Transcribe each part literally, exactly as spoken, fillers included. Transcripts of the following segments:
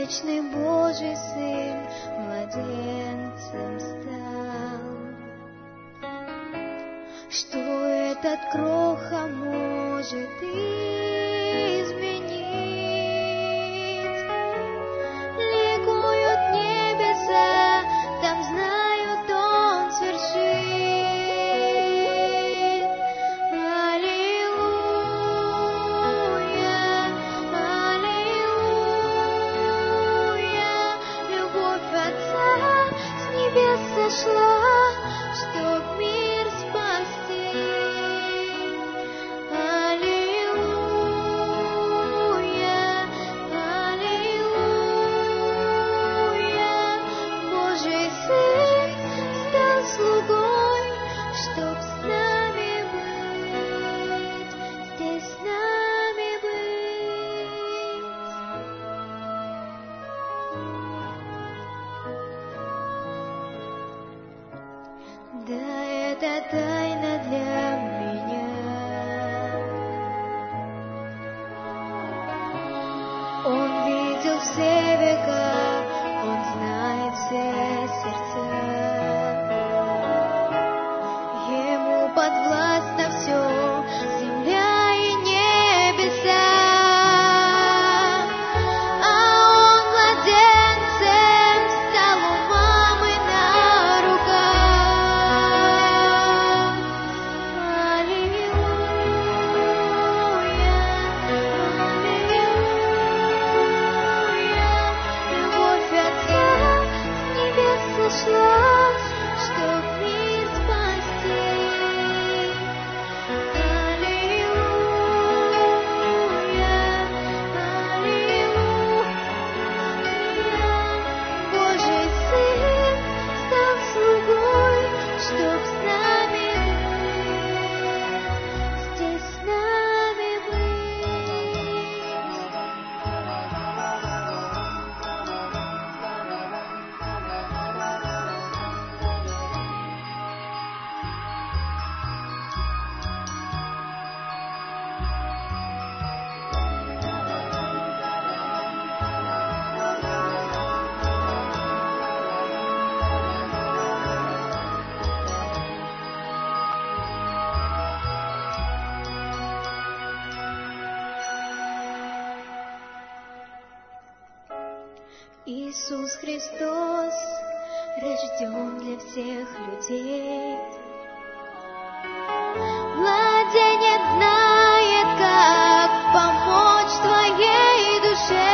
Вечный Божий Сын младенцем стал. Что этот кроха может изменить? Ликуют небеса, там знают, Он свершит. Аллилуйя, аллилуйя, любовь Отца с небес сошла, чтоб мир спасти. Аллилуйя, аллилуйя, Божий Сын стал слугой, чтоб с нами быть, здесь с нами быть. Да, это тайна для меня. Он видел все века, Он знает все сердца. Ему подвластно все, земля и небеса. А Он младенцем стал у мамы на руках. Аллилуйя, аллилуйя, любовь Отца с небес сошла, чтоб мир спасти. Аллилуйя, аллилуйя, Божий Сын стал слугой, чтоб с нами быть, здесь с нами Иисус Христос рожден для всех людей. Младенец знает, как помочь твоей душе.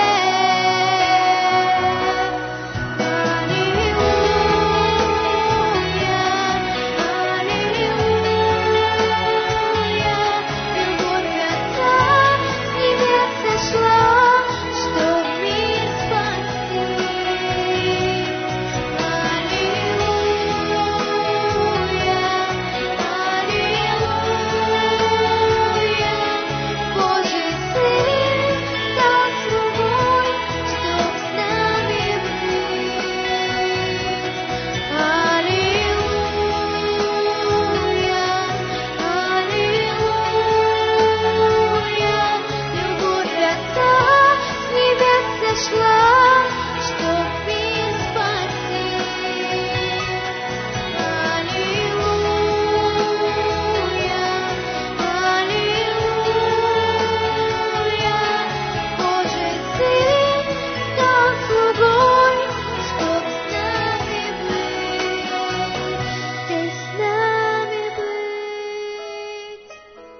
Аллилуйя, аллилуйя, любовь Отца с небес сошла, чтоб мир спасти. Аллилуйя, аллилуйя, Божий Сын стал слугой, чтоб с нами быть. Аллилуйя, аллилуйя, любовь Отца с небес сошла, чтоб мир спасти. Аллилуйя, аллилуйя, Божий Сын стал слугой, чтоб с нами быть, здесь с нами быть.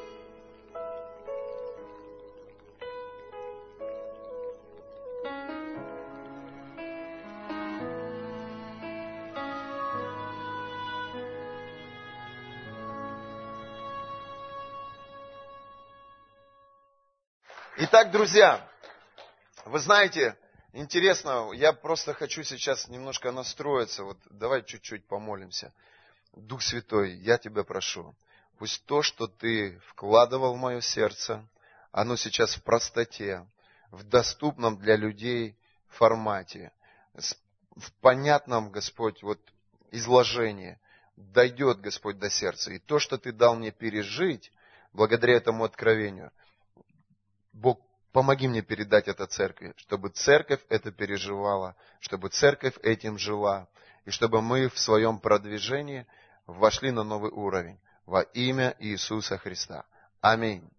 Итак, друзья, вы знаете, интересно, я просто хочу сейчас немножко настроиться. Вот давай чуть-чуть помолимся. Дух Святой, я Тебя прошу, пусть то, что Ты вкладывал в мое сердце, оно сейчас в простоте, в доступном для людей формате, в понятном, Господь, вот изложении, дойдет, Господь, до сердца. И то, что Ты дал мне пережить, благодаря этому откровению, Бог Помоги мне передать это церкви, чтобы церковь это переживала, чтобы церковь этим жила, и чтобы мы в своем продвижении вошли на новый уровень во имя Иисуса Христа. Аминь.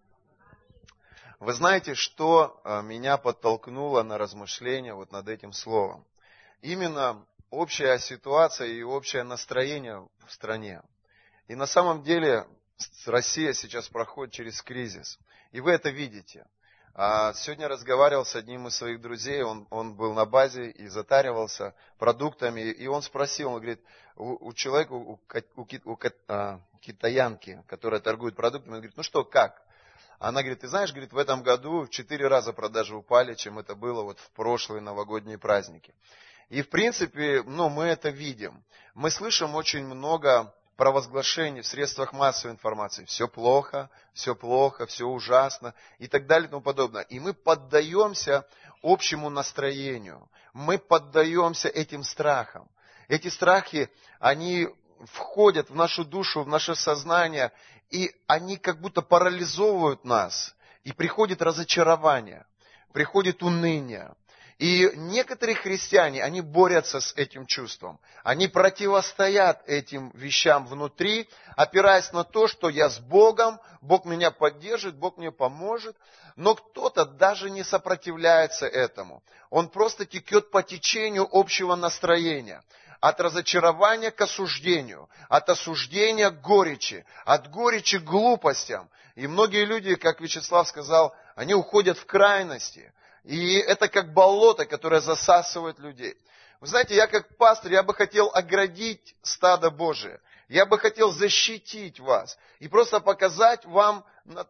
Вы знаете, что меня подтолкнуло на размышления вот над этим словом? Именно общая ситуация и общее настроение в стране. И на самом деле Россия сейчас проходит через кризис. И вы это видите. Сегодня разговаривал с одним из своих друзей, он, он был на базе и затаривался продуктами. И он спросил, он говорит, у, у человека, у, у, у а, китаянки, которая торгует продуктами, он говорит, ну что, как? Она говорит, ты знаешь, говорит, в этом году в четыре раза продажи упали, чем это было вот в прошлые новогодние праздники. И в принципе, ну, мы это видим. Мы слышим очень много провозглашений в средствах массовой информации. Все плохо, все плохо, все ужасно и так далее и тому подобное. И мы поддаемся общему настроению. Мы поддаемся этим страхам. Эти страхи, они входят в нашу душу, в наше сознание, и они как будто парализовывают нас. И приходит разочарование, приходит уныние. И некоторые христиане, они борются с этим чувством. Они противостоят этим вещам внутри, опираясь на то, что я с Богом, Бог меня поддержит, Бог мне поможет. Но кто-то даже не сопротивляется этому. Он просто текет по течению общего настроения. От разочарования к осуждению, от осуждения к горечи, от горечи к глупостям. И многие люди, как Вячеслав сказал, они уходят в крайности. И это как болото, которое засасывает людей. Вы знаете, я как пастор, я бы хотел оградить стадо Божие. Я бы хотел защитить вас. И просто показать вам на,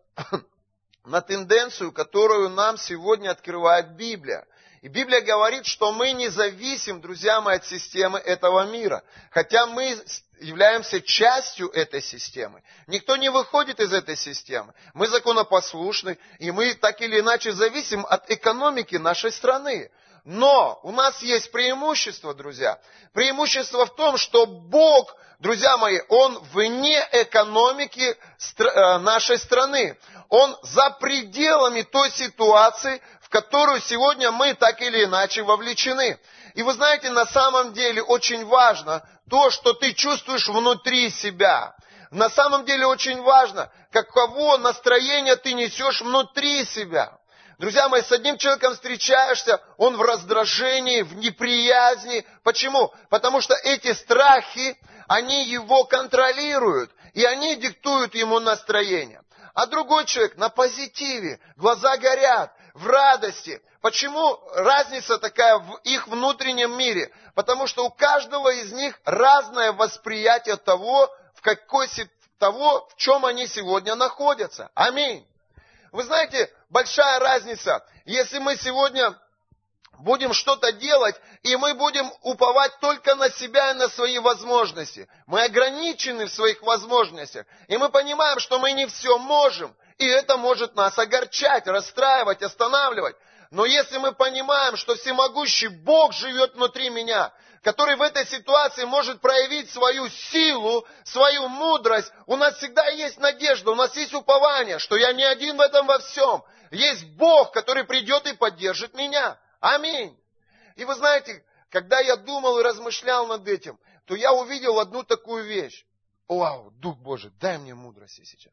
на тенденцию, которую нам сегодня открывает Библия. И Библия говорит, что мы не зависим, друзья мои, от системы этого мира. Хотя мы являемся частью этой системы. Никто не выходит из этой системы. Мы законопослушны, и мы так или иначе зависим от экономики нашей страны. Но у нас есть преимущество, друзья. Преимущество в том, что Бог, друзья мои, Он вне экономики нашей страны. Он за пределами той ситуации, в которую сегодня мы так или иначе вовлечены. И вы знаете, на самом деле очень важно то, что ты чувствуешь внутри себя. На самом деле очень важно, каково настроение ты несешь внутри себя. Друзья мои, с одним человеком встречаешься, он в раздражении, в неприязни. Почему? Потому что эти страхи, они его контролируют, и они диктуют ему настроение. А другой человек на позитиве, глаза горят, в радости. Почему разница такая в их внутреннем мире? Потому что у каждого из них разное восприятие того, в, какой, того, в чем они сегодня находятся. Аминь. Вы знаете, большая разница, если мы сегодня будем что-то делать, и мы будем уповать только на себя и на свои возможности. Мы ограничены в своих возможностях, и мы понимаем, что мы не все можем, и это может нас огорчать, расстраивать, останавливать. Но если мы понимаем, что всемогущий Бог живет внутри меня, который в этой ситуации может проявить свою силу, свою мудрость, у нас всегда есть надежда, у нас есть упование, что я не один в этом во всем. Есть Бог, который придет и поддержит меня. Аминь. И вы знаете, когда я думал и размышлял над этим, то я увидел одну такую вещь. Вау, Дух Божий, дай мне мудрости сейчас.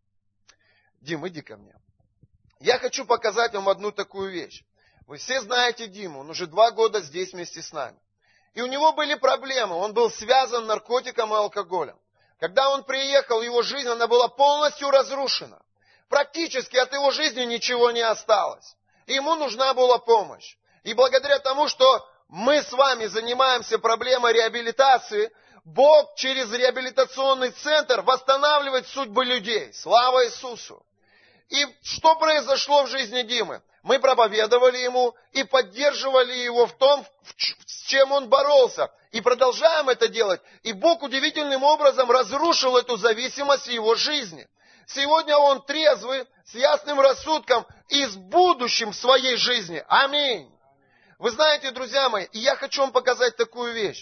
Дим, иди ко мне. Я хочу показать вам одну такую вещь. Вы все знаете Диму, он уже два года здесь вместе с нами. И у него были проблемы, он был связан наркотиком и алкоголем. Когда он приехал, его жизнь, она была полностью разрушена. Практически от его жизни ничего не осталось. И ему нужна была помощь. И благодаря тому, что мы с вами занимаемся проблемой реабилитации, Бог через реабилитационный центр восстанавливает судьбы людей. Слава Иисусу! И что произошло в жизни Димы? Мы проповедовали ему и поддерживали его в том, с чем он боролся. И продолжаем это делать. И Бог удивительным образом разрушил эту зависимость в его жизни. Сегодня он трезвый, с ясным рассудком и с будущим в своей жизни. Аминь. Вы знаете, друзья мои, и я хочу вам показать такую вещь.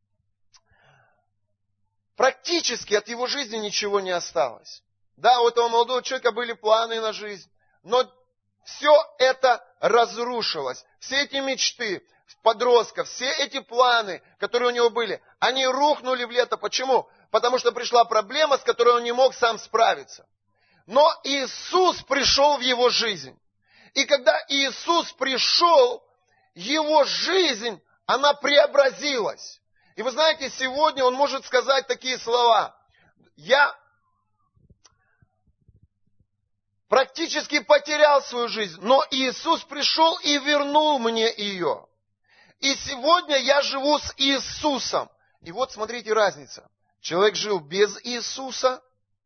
Практически от его жизни ничего не осталось. Да, у этого молодого человека были планы на жизнь, но все это разрушилось. Все эти мечты подростков, все эти планы, которые у него были, они рухнули в лето. Почему? Потому что пришла проблема, с которой он не мог сам справиться. Но Иисус пришел в его жизнь. И когда Иисус пришел, его жизнь, она преобразилась. И вы знаете, сегодня он может сказать такие слова. Я практически потерял свою жизнь, но Иисус пришел и вернул мне ее. И сегодня я живу с Иисусом. И вот смотрите разница. Человек жил без Иисуса.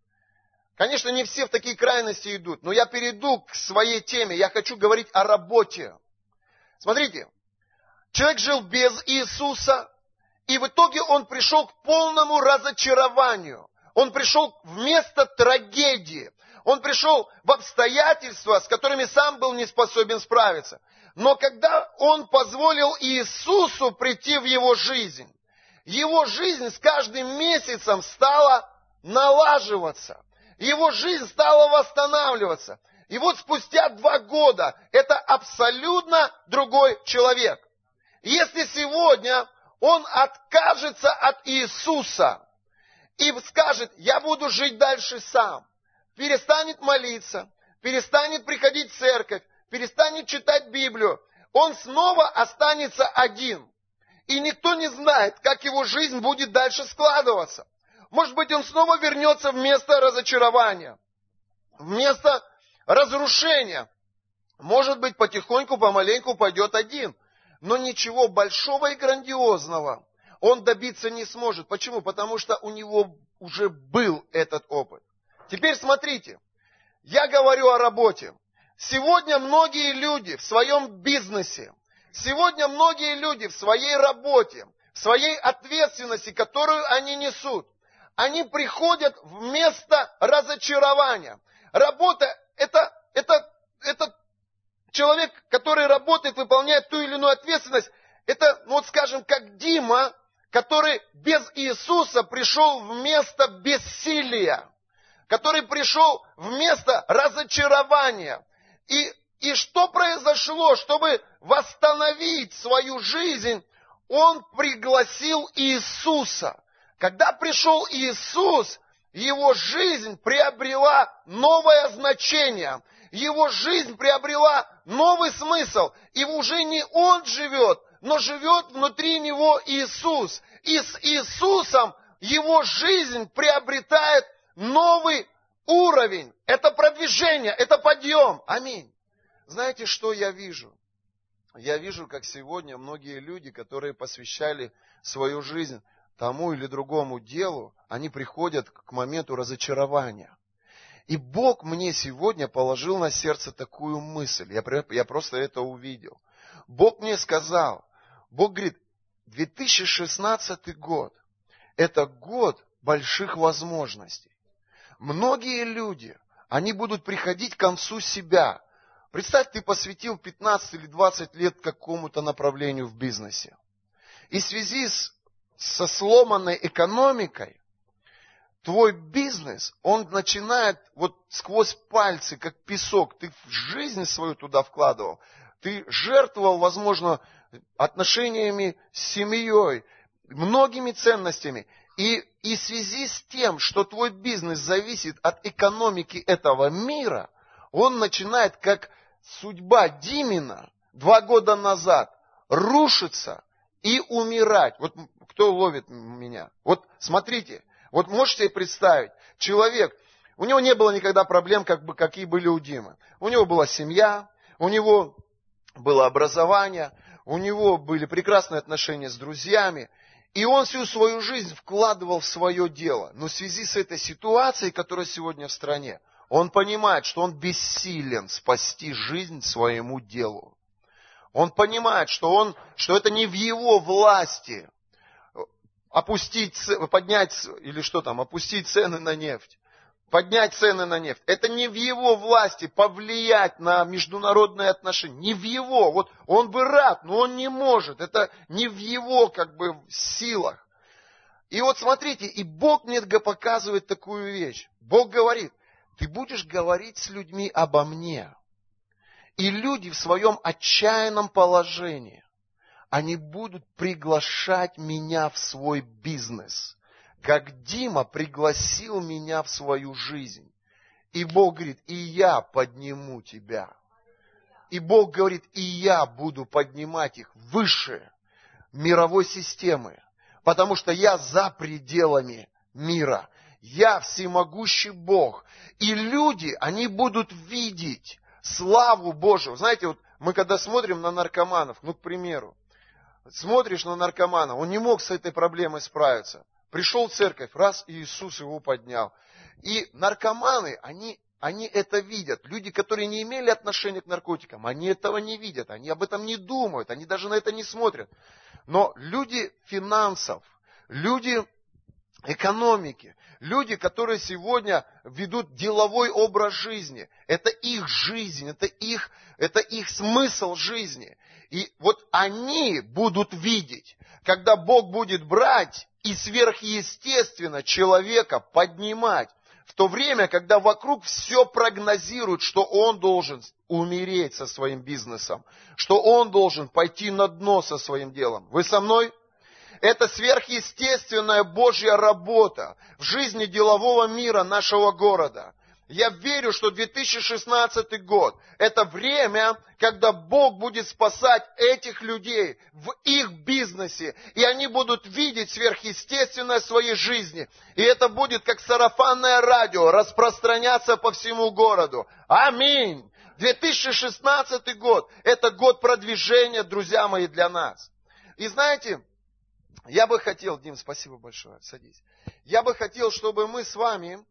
Конечно, не все в такие крайности идут, но я перейду к своей теме. Я хочу говорить о работе. Смотрите, человек жил без Иисуса, и в итоге он пришел к полному разочарованию. Он пришел в место трагедии. Он пришел в обстоятельства, с которыми сам был не способен справиться. Но когда он позволил Иисусу прийти в его жизнь, его жизнь с каждым месяцем стала налаживаться. Его жизнь стала восстанавливаться. И вот спустя два года это абсолютно другой человек. Если сегодня он откажется от Иисуса и скажет, я буду жить дальше сам, перестанет молиться, перестанет приходить в церковь, перестанет читать Библию, он снова останется один. И никто не знает, как его жизнь будет дальше складываться. Может быть, он снова вернется в место разочарования, в место разрушения. Может быть, потихоньку, помаленьку пойдет один. Но ничего большого и грандиозного он добиться не сможет. Почему? Потому что у него уже был этот опыт. Теперь смотрите, я говорю о работе. Сегодня многие люди в своем бизнесе, сегодня многие люди в своей работе, в своей ответственности, которую они несут, они приходят в место разочарования. Работа это, это, это человек, который работает, выполняет ту или иную ответственность. Это, ну вот скажем, как Дима, который без Иисуса пришел в место бессилия, который пришел в место разочарования. И, и что произошло, чтобы восстановить свою жизнь, он пригласил Иисуса. Когда пришел Иисус, его жизнь приобрела новое значение. Его жизнь приобрела новый смысл. И уже не он живет, но живет внутри него Иисус. И с Иисусом его жизнь приобретает новый уровень. Это продвижение, это подъем. Аминь. Знаете, что я вижу? Я вижу, как сегодня многие люди, которые посвящали свою жизнь тому или другому делу, они приходят к моменту разочарования. И Бог мне сегодня положил на сердце такую мысль. Я, я просто это увидел. Бог мне сказал, Бог говорит, две тысячи шестнадцатый год – это год больших возможностей. Многие люди, они будут приходить к концу себя. Представь, ты посвятил пятнадцать или двадцать лет какому-то направлению в бизнесе. И в связи с, со сломанной экономикой, твой бизнес, он начинает вот сквозь пальцы, как песок, ты в жизнь свою туда вкладывал, ты жертвовал, возможно, отношениями с семьей, многими ценностями. И, и в связи с тем, что твой бизнес зависит от экономики этого мира, он начинает, как судьба Димина два года назад, рушиться и умирать. Вот кто ловит меня? Вот смотрите, вот можете себе представить, человек, у него не было никогда проблем, как бы, какие были у Димы. У него была семья, у него было образование, у него были прекрасные отношения с друзьями. И он всю свою жизнь вкладывал в свое дело. Но в связи с этой ситуацией, которая сегодня в стране, он понимает, что он бессилен спасти жизнь своему делу. Он понимает, что, он, что это не в его власти опустить, поднять, или что там, опустить цены на нефть. Поднять цены на нефть. Это не в его власти повлиять на международные отношения. Не в его. Вот он бы рад, но он не может. Это не в его как бы силах. И вот смотрите, и Бог мне показывает такую вещь. Бог говорит, ты будешь говорить с людьми обо мне. И люди в своем отчаянном положении, они будут приглашать меня в свой бизнес, как Дима пригласил меня в свою жизнь. И Бог говорит, и я подниму тебя. И Бог говорит, и я буду поднимать их выше мировой системы, потому что я за пределами мира. Я всемогущий Бог. И люди, они будут видеть славу Божию. Знаете, вот мы когда смотрим на наркоманов, ну, к примеру, смотришь на наркомана, он не мог с этой проблемой справиться. Пришел в церковь, раз, и Иисус его поднял. И наркоманы, они, они это видят. Люди, которые не имели отношения к наркотикам, они этого не видят, они об этом не думают, они даже на это не смотрят. Но люди финансов, люди экономики, люди, которые сегодня ведут деловой образ жизни, это их жизнь, это их, это их смысл жизни. И вот они будут видеть, когда Бог будет брать и сверхъестественно человека поднимать, в то время, когда вокруг все прогнозирует, что он должен умереть со своим бизнесом, что он должен пойти на дно со своим делом. Вы со мной? Это сверхъестественная Божья работа в жизни делового мира нашего города. Я верю, что две тысячи шестнадцатый год – это время, когда Бог будет спасать этих людей в их бизнесе, и они будут видеть сверхъестественное в своей жизни. И это будет как сарафанное радио распространяться по всему городу. Аминь! две тысячи шестнадцатый год – это год продвижения, друзья мои, для нас. И знаете, я бы хотел, Дим, спасибо большое, садись. Я бы хотел, чтобы мы с вами,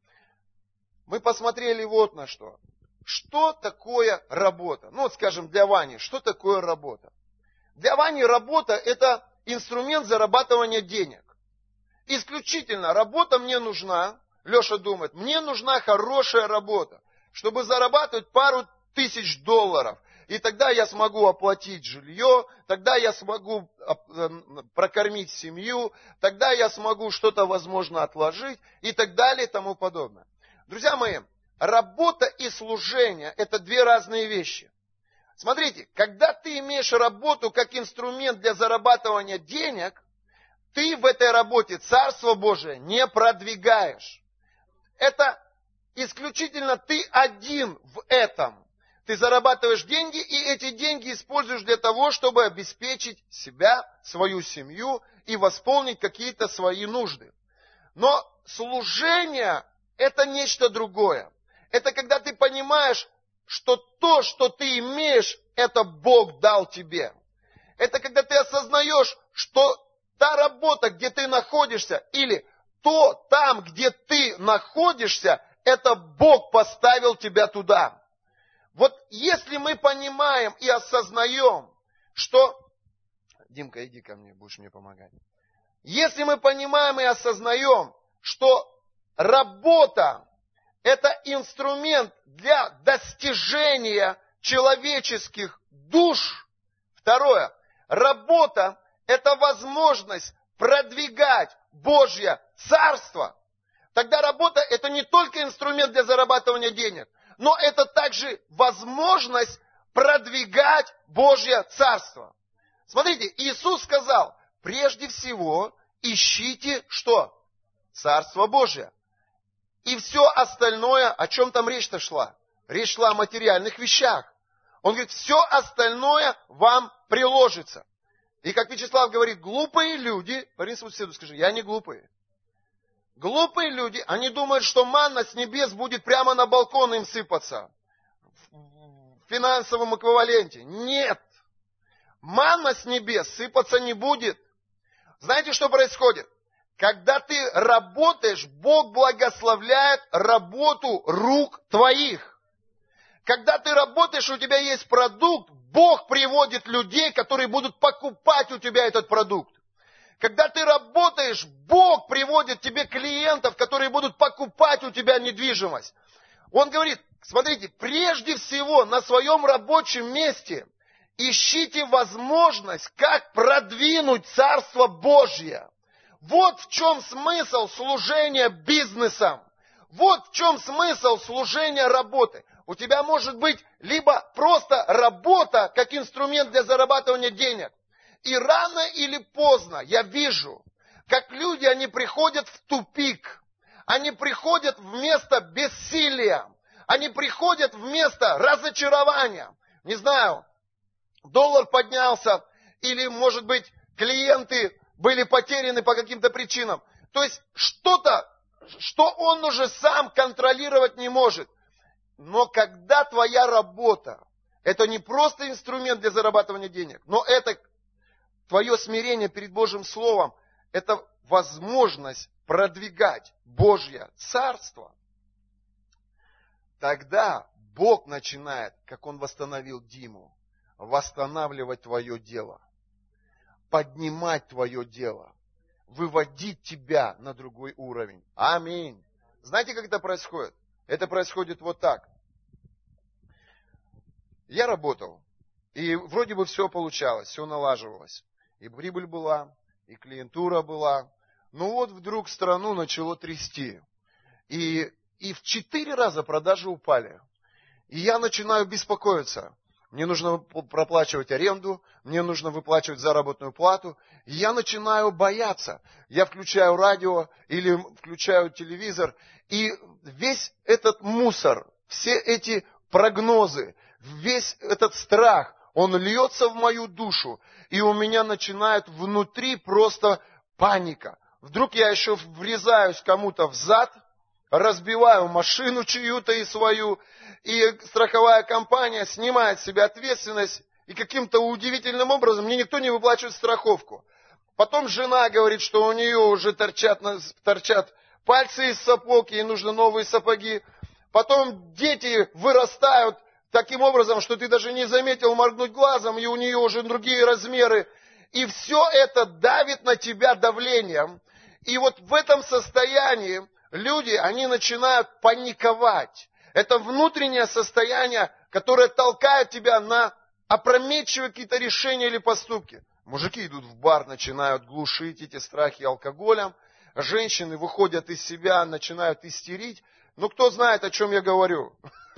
мы посмотрели вот на что. Что такое работа? Ну, вот скажем, для Вани, что такое работа? Для Вани работа – это инструмент зарабатывания денег. Исключительно работа мне нужна, Леша думает, мне нужна хорошая работа, чтобы зарабатывать пару тысяч долларов. И тогда я смогу оплатить жилье, тогда я смогу прокормить семью, тогда я смогу что-то, возможно, отложить и так далее и тому подобное. Друзья мои, работа и служение – это две разные вещи. Смотрите, когда ты имеешь работу как инструмент для зарабатывания денег, ты в этой работе Царство Божие не продвигаешь. Это исключительно ты один в этом. Ты зарабатываешь деньги, и эти деньги используешь для того, чтобы обеспечить себя, свою семью и восполнить какие-то свои нужды. Но служение – это нечто другое. Это когда ты понимаешь, что то, что ты имеешь, это Бог дал тебе. Это когда ты осознаешь, что та работа, где ты находишься, или то там, где ты находишься, это Бог поставил тебя туда. Вот если мы понимаем и осознаем, что... Димка, иди ко мне, будешь мне помогать. Если мы понимаем и осознаем, что работа – это инструмент для достижения человеческих душ. Второе. Работа – это возможность продвигать Божье Царство. Тогда работа – это не только инструмент для зарабатывания денег, но это также возможность продвигать Божье Царство. Смотрите, Иисус сказал, прежде всего ищите что? Царство Божие. И все остальное, о чем там речь-то шла? Речь шла о материальных вещах. Он говорит, все остальное вам приложится. И как Вячеслав говорит, глупые люди, парень соседу скажи, я не глупый. Глупые люди, они думают, что манна с небес будет прямо на балкон им сыпаться. В финансовом эквиваленте. Нет. Манна с небес сыпаться не будет. Знаете, что происходит? Когда ты работаешь, Бог благословляет работу рук твоих. Когда ты работаешь, у тебя есть продукт, Бог приводит людей, которые будут покупать у тебя этот продукт. Когда ты работаешь, Бог приводит тебе клиентов, которые будут покупать у тебя недвижимость. Он говорит, смотрите, прежде всего на своем рабочем месте ищите возможность, как продвинуть Царство Божье. Вот в чем смысл служения бизнесом. Вот в чем смысл служения работы. У тебя может быть либо просто работа как инструмент для зарабатывания денег. И рано или поздно я вижу, как люди, они приходят в тупик. Они приходят в место бессилия. Они приходят в место разочарования. Не знаю, доллар поднялся, или, может быть, клиенты были потеряны по каким-то причинам. То есть что-то, что он уже сам контролировать не может. Но когда твоя работа, это не просто инструмент для зарабатывания денег, но это твое смирение перед Божьим Словом, это возможность продвигать Божье Царство, тогда Бог начинает, как Он восстановил Диму, восстанавливать твое дело, поднимать твое дело, выводить тебя на другой уровень. Аминь. Знаете, как это происходит? Это происходит вот так. Я работал, и вроде бы все получалось, все налаживалось. И прибыль была, и клиентура была. Но вот вдруг страну начало трясти. И, и в четыре раза продажи упали. И я начинаю беспокоиться. Мне нужно проплачивать аренду, мне нужно выплачивать заработную плату. И я начинаю бояться. Я включаю радио или включаю телевизор. И весь этот мусор, все эти прогнозы, весь этот страх, он льется в мою душу. И у меня начинает внутри просто паника. Вдруг я еще врезаюсь кому-то в зад, разбиваю машину чью-то и свою, и страховая компания снимает с себя ответственность, и каким-то удивительным образом мне никто не выплачивает страховку. Потом жена говорит, что у нее уже торчат, торчат пальцы из сапог, ей нужны новые сапоги. Потом дети вырастают таким образом, что ты даже не заметил моргнуть глазом, и у нее уже другие размеры. И все это давит на тебя давлением. И вот в этом состоянии люди, они начинают паниковать. Это внутреннее состояние, которое толкает тебя на опрометчивые какие-то решения или поступки. Мужики идут в бар, начинают глушить эти страхи алкоголем. Женщины выходят из себя, начинают истерить. Ну, кто знает, о чем я говорю.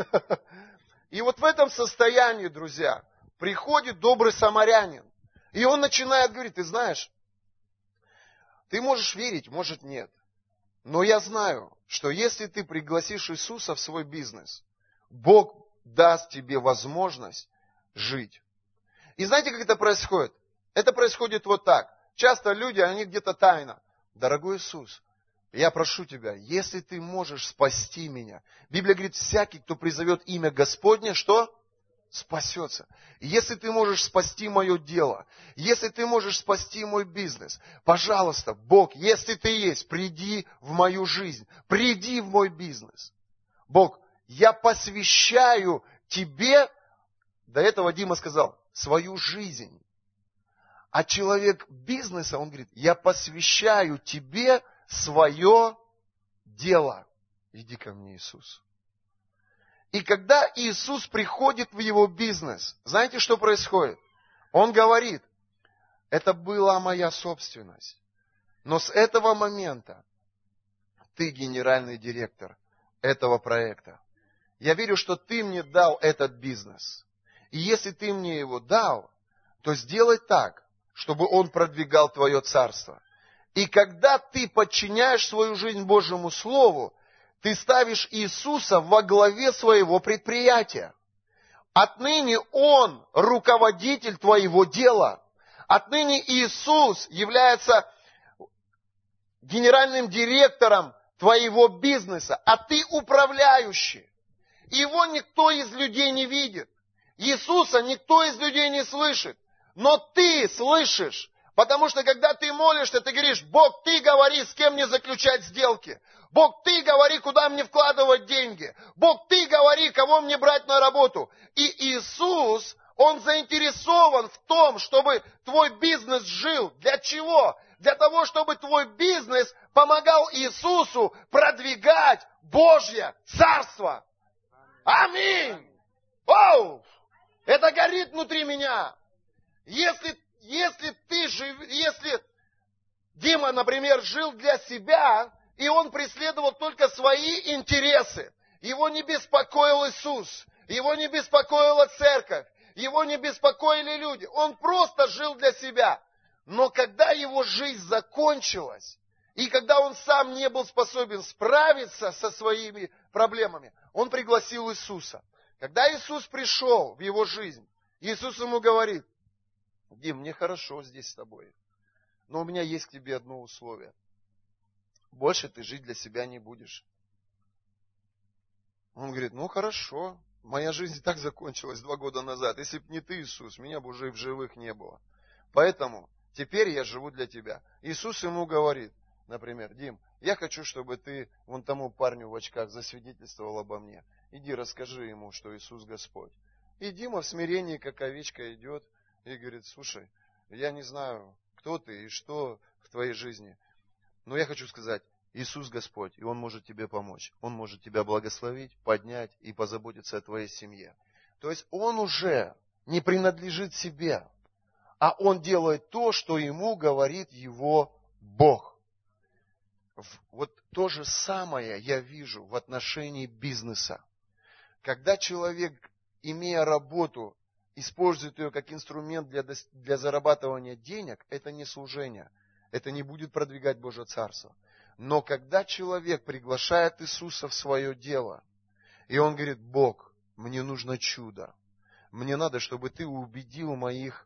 И вот в этом состоянии, друзья, приходит добрый самарянин. И он начинает говорить, ты знаешь, ты можешь верить, может нет. Но я знаю, что если ты пригласишь Иисуса в свой бизнес, Бог даст тебе возможность жить. И знаете, как это происходит? Это происходит вот так. Часто люди, они где-то тайно. Дорогой Иисус, я прошу тебя, если ты можешь спасти меня. Библия говорит, всякий, кто призовет имя Господне, что? Спасется. И если ты можешь спасти мое дело, если ты можешь спасти мой бизнес, пожалуйста, Бог, если ты есть, приди в мою жизнь, приди в мой бизнес. Бог, я посвящаю тебе, до этого Дима сказал, свою жизнь. А человек бизнеса, он говорит, я посвящаю тебе свое дело. Иди ко мне, Иисус. И когда Иисус приходит в его бизнес, знаете, что происходит? Он говорит, это была моя собственность. Но с этого момента ты генеральный директор этого проекта. Я верю, что ты мне дал этот бизнес. И если ты мне его дал, то сделай так, чтобы он продвигал твое царство. И когда ты подчиняешь свою жизнь Божьему Слову, ты ставишь Иисуса во главе своего предприятия. Отныне Он руководитель твоего дела. Отныне Иисус является генеральным директором твоего бизнеса, а ты управляющий. Его никто из людей не видит. Иисуса никто из людей не слышит. Но ты слышишь. Потому что когда ты молишься, ты говоришь, Бог, ты говори, с кем мне заключать сделки. Бог, ты говори, куда мне вкладывать деньги. Бог, ты говори, кого мне брать на работу. И Иисус, Он заинтересован в том, чтобы твой бизнес жил. Для чего? Для того, чтобы твой бизнес помогал Иисусу продвигать Божье Царство. Аминь! Оу! Это горит внутри меня. Если, если ты жив, если Дима, например, жил для себя, и он преследовал только свои интересы, Его не беспокоил Иисус, его не беспокоила церковь, его не беспокоили люди. Он просто жил для себя. Но когда его жизнь закончилась, и когда он сам не был способен справиться со своими проблемами, он пригласил Иисуса. Когда Иисус пришел в его жизнь, Иисус ему говорит: Дим, мне хорошо здесь с тобой, но у меня есть к тебе одно условие. Больше ты жить для себя не будешь. Он говорит: ну хорошо, моя жизнь и так закончилась два года назад. Если бы не ты, Иисус, меня бы уже и в живых не было. Поэтому теперь я живу для тебя. Иисус ему говорит, например: Дим, я хочу, чтобы ты вон тому парню в очках засвидетельствовал обо мне. Иди расскажи ему, что Иисус Господь. И Дима в смирении, как овечка, идет и говорит: слушай, я не знаю, кто ты и что в твоей жизни, но я хочу сказать, Иисус Господь, и Он может тебе помочь. Он может тебя благословить, поднять и позаботиться о твоей семье. То есть Он уже не принадлежит себе, а Он делает то, что Ему говорит Его Бог. Вот то же самое я вижу в отношении бизнеса. Когда человек, имея работу, использует ее как инструмент для, для зарабатывания денег, это не служение. Это не будет продвигать Божье Царство. Но когда человек приглашает Иисуса в свое дело, и он говорит: Бог, мне нужно чудо. Мне надо, чтобы ты убедил моих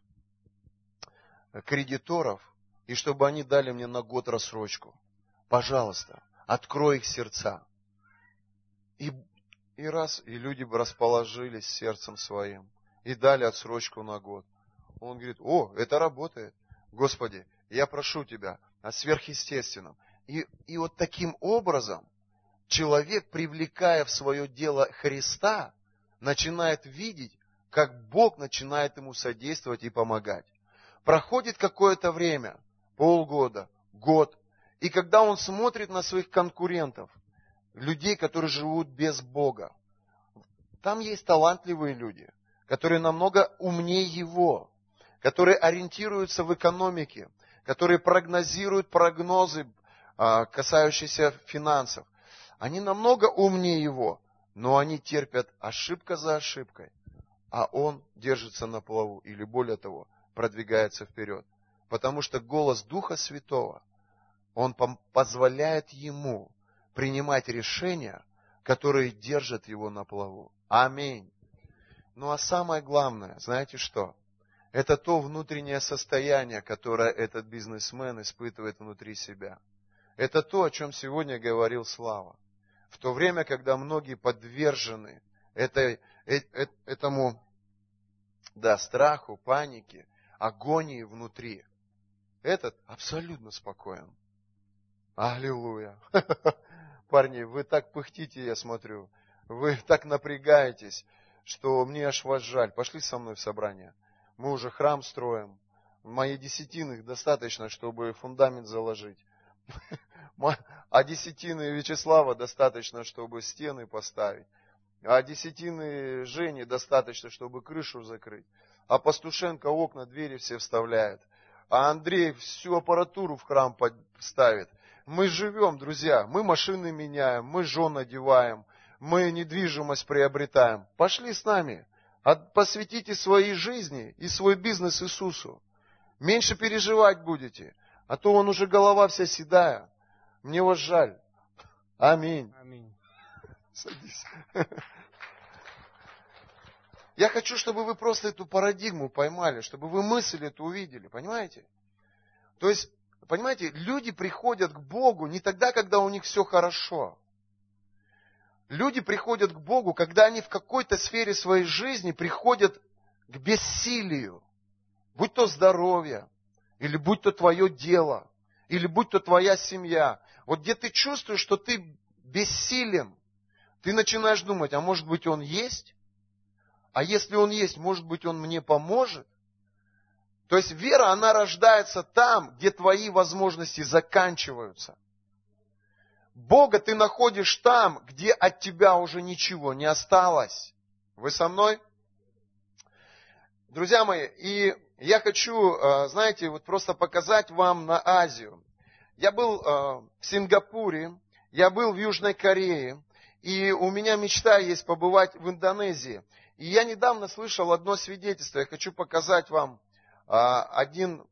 кредиторов, и чтобы они дали мне на год рассрочку. Пожалуйста, открой их сердца. И, и раз, и люди расположились сердцем своим, и дали отсрочку на год. Он говорит: о, это работает. Господи, я прошу Тебя о сверхъестественном. И, и вот таким образом человек, привлекая в свое дело Христа, начинает видеть, как Бог начинает ему содействовать и помогать. Проходит какое-то время, полгода, год, и когда он смотрит на своих конкурентов, людей, которые живут без Бога, там есть талантливые люди, которые намного умнее его, которые ориентируются в экономике, которые прогнозируют прогнозы, касающиеся финансов. Они намного умнее его, но они терпят ошибка за ошибкой, а он держится на плаву, или более того, продвигается вперед. Потому что голос Духа Святого, он позволяет ему принимать решения, которые держат его на плаву. Аминь. Ну а самое главное, знаете что? Это то внутреннее состояние, которое этот бизнесмен испытывает внутри себя. Это то, о чем сегодня говорил Слава. В то время, когда многие подвержены этой, э, э, этому да, страху, панике, агонии внутри, этот абсолютно спокоен. Аллилуйя. Парни, вы так пыхтите, я смотрю. Вы так напрягаетесь, что мне аж вас жаль. Пошли со мной в собрание. Мы уже храм строим. Мои десятины достаточно, чтобы фундамент заложить. А десятины Вячеслава достаточно, чтобы стены поставить. А десятины Жени достаточно, чтобы крышу закрыть. А Пастушенко окна, двери все вставляет. А Андрей всю аппаратуру в храм ставит. Мы живем, друзья. Мы машины меняем, мы жен одеваем, мы недвижимость приобретаем. Пошли с нами. Посвятите своей жизни и свой бизнес Иисусу. Меньше переживать будете. А то он уже голова вся седая. Мне вас жаль. Аминь. Аминь. Садись. Я хочу, чтобы вы просто эту парадигму поймали, чтобы вы мысль эту увидели, понимаете? То есть, понимаете, люди приходят к Богу не тогда, когда у них все хорошо. Люди приходят к Богу, когда они в какой-то сфере своей жизни приходят к бессилию. Будь то здоровье, или будь то твое дело, или будь то твоя семья. Вот где ты чувствуешь, что ты бессилен, ты начинаешь думать: а может быть он есть? А если он есть, может быть он мне поможет? То есть вера, она рождается там, где твои возможности заканчиваются. Бога ты находишь там, где от тебя уже ничего не осталось. Вы со мной? Друзья мои, и я хочу, знаете, вот просто показать вам на Азию. Я был в Сингапуре, я был в Южной Корее, И у меня мечта есть побывать в Индонезии. И я недавно слышал одно свидетельство. Я хочу показать вам а, один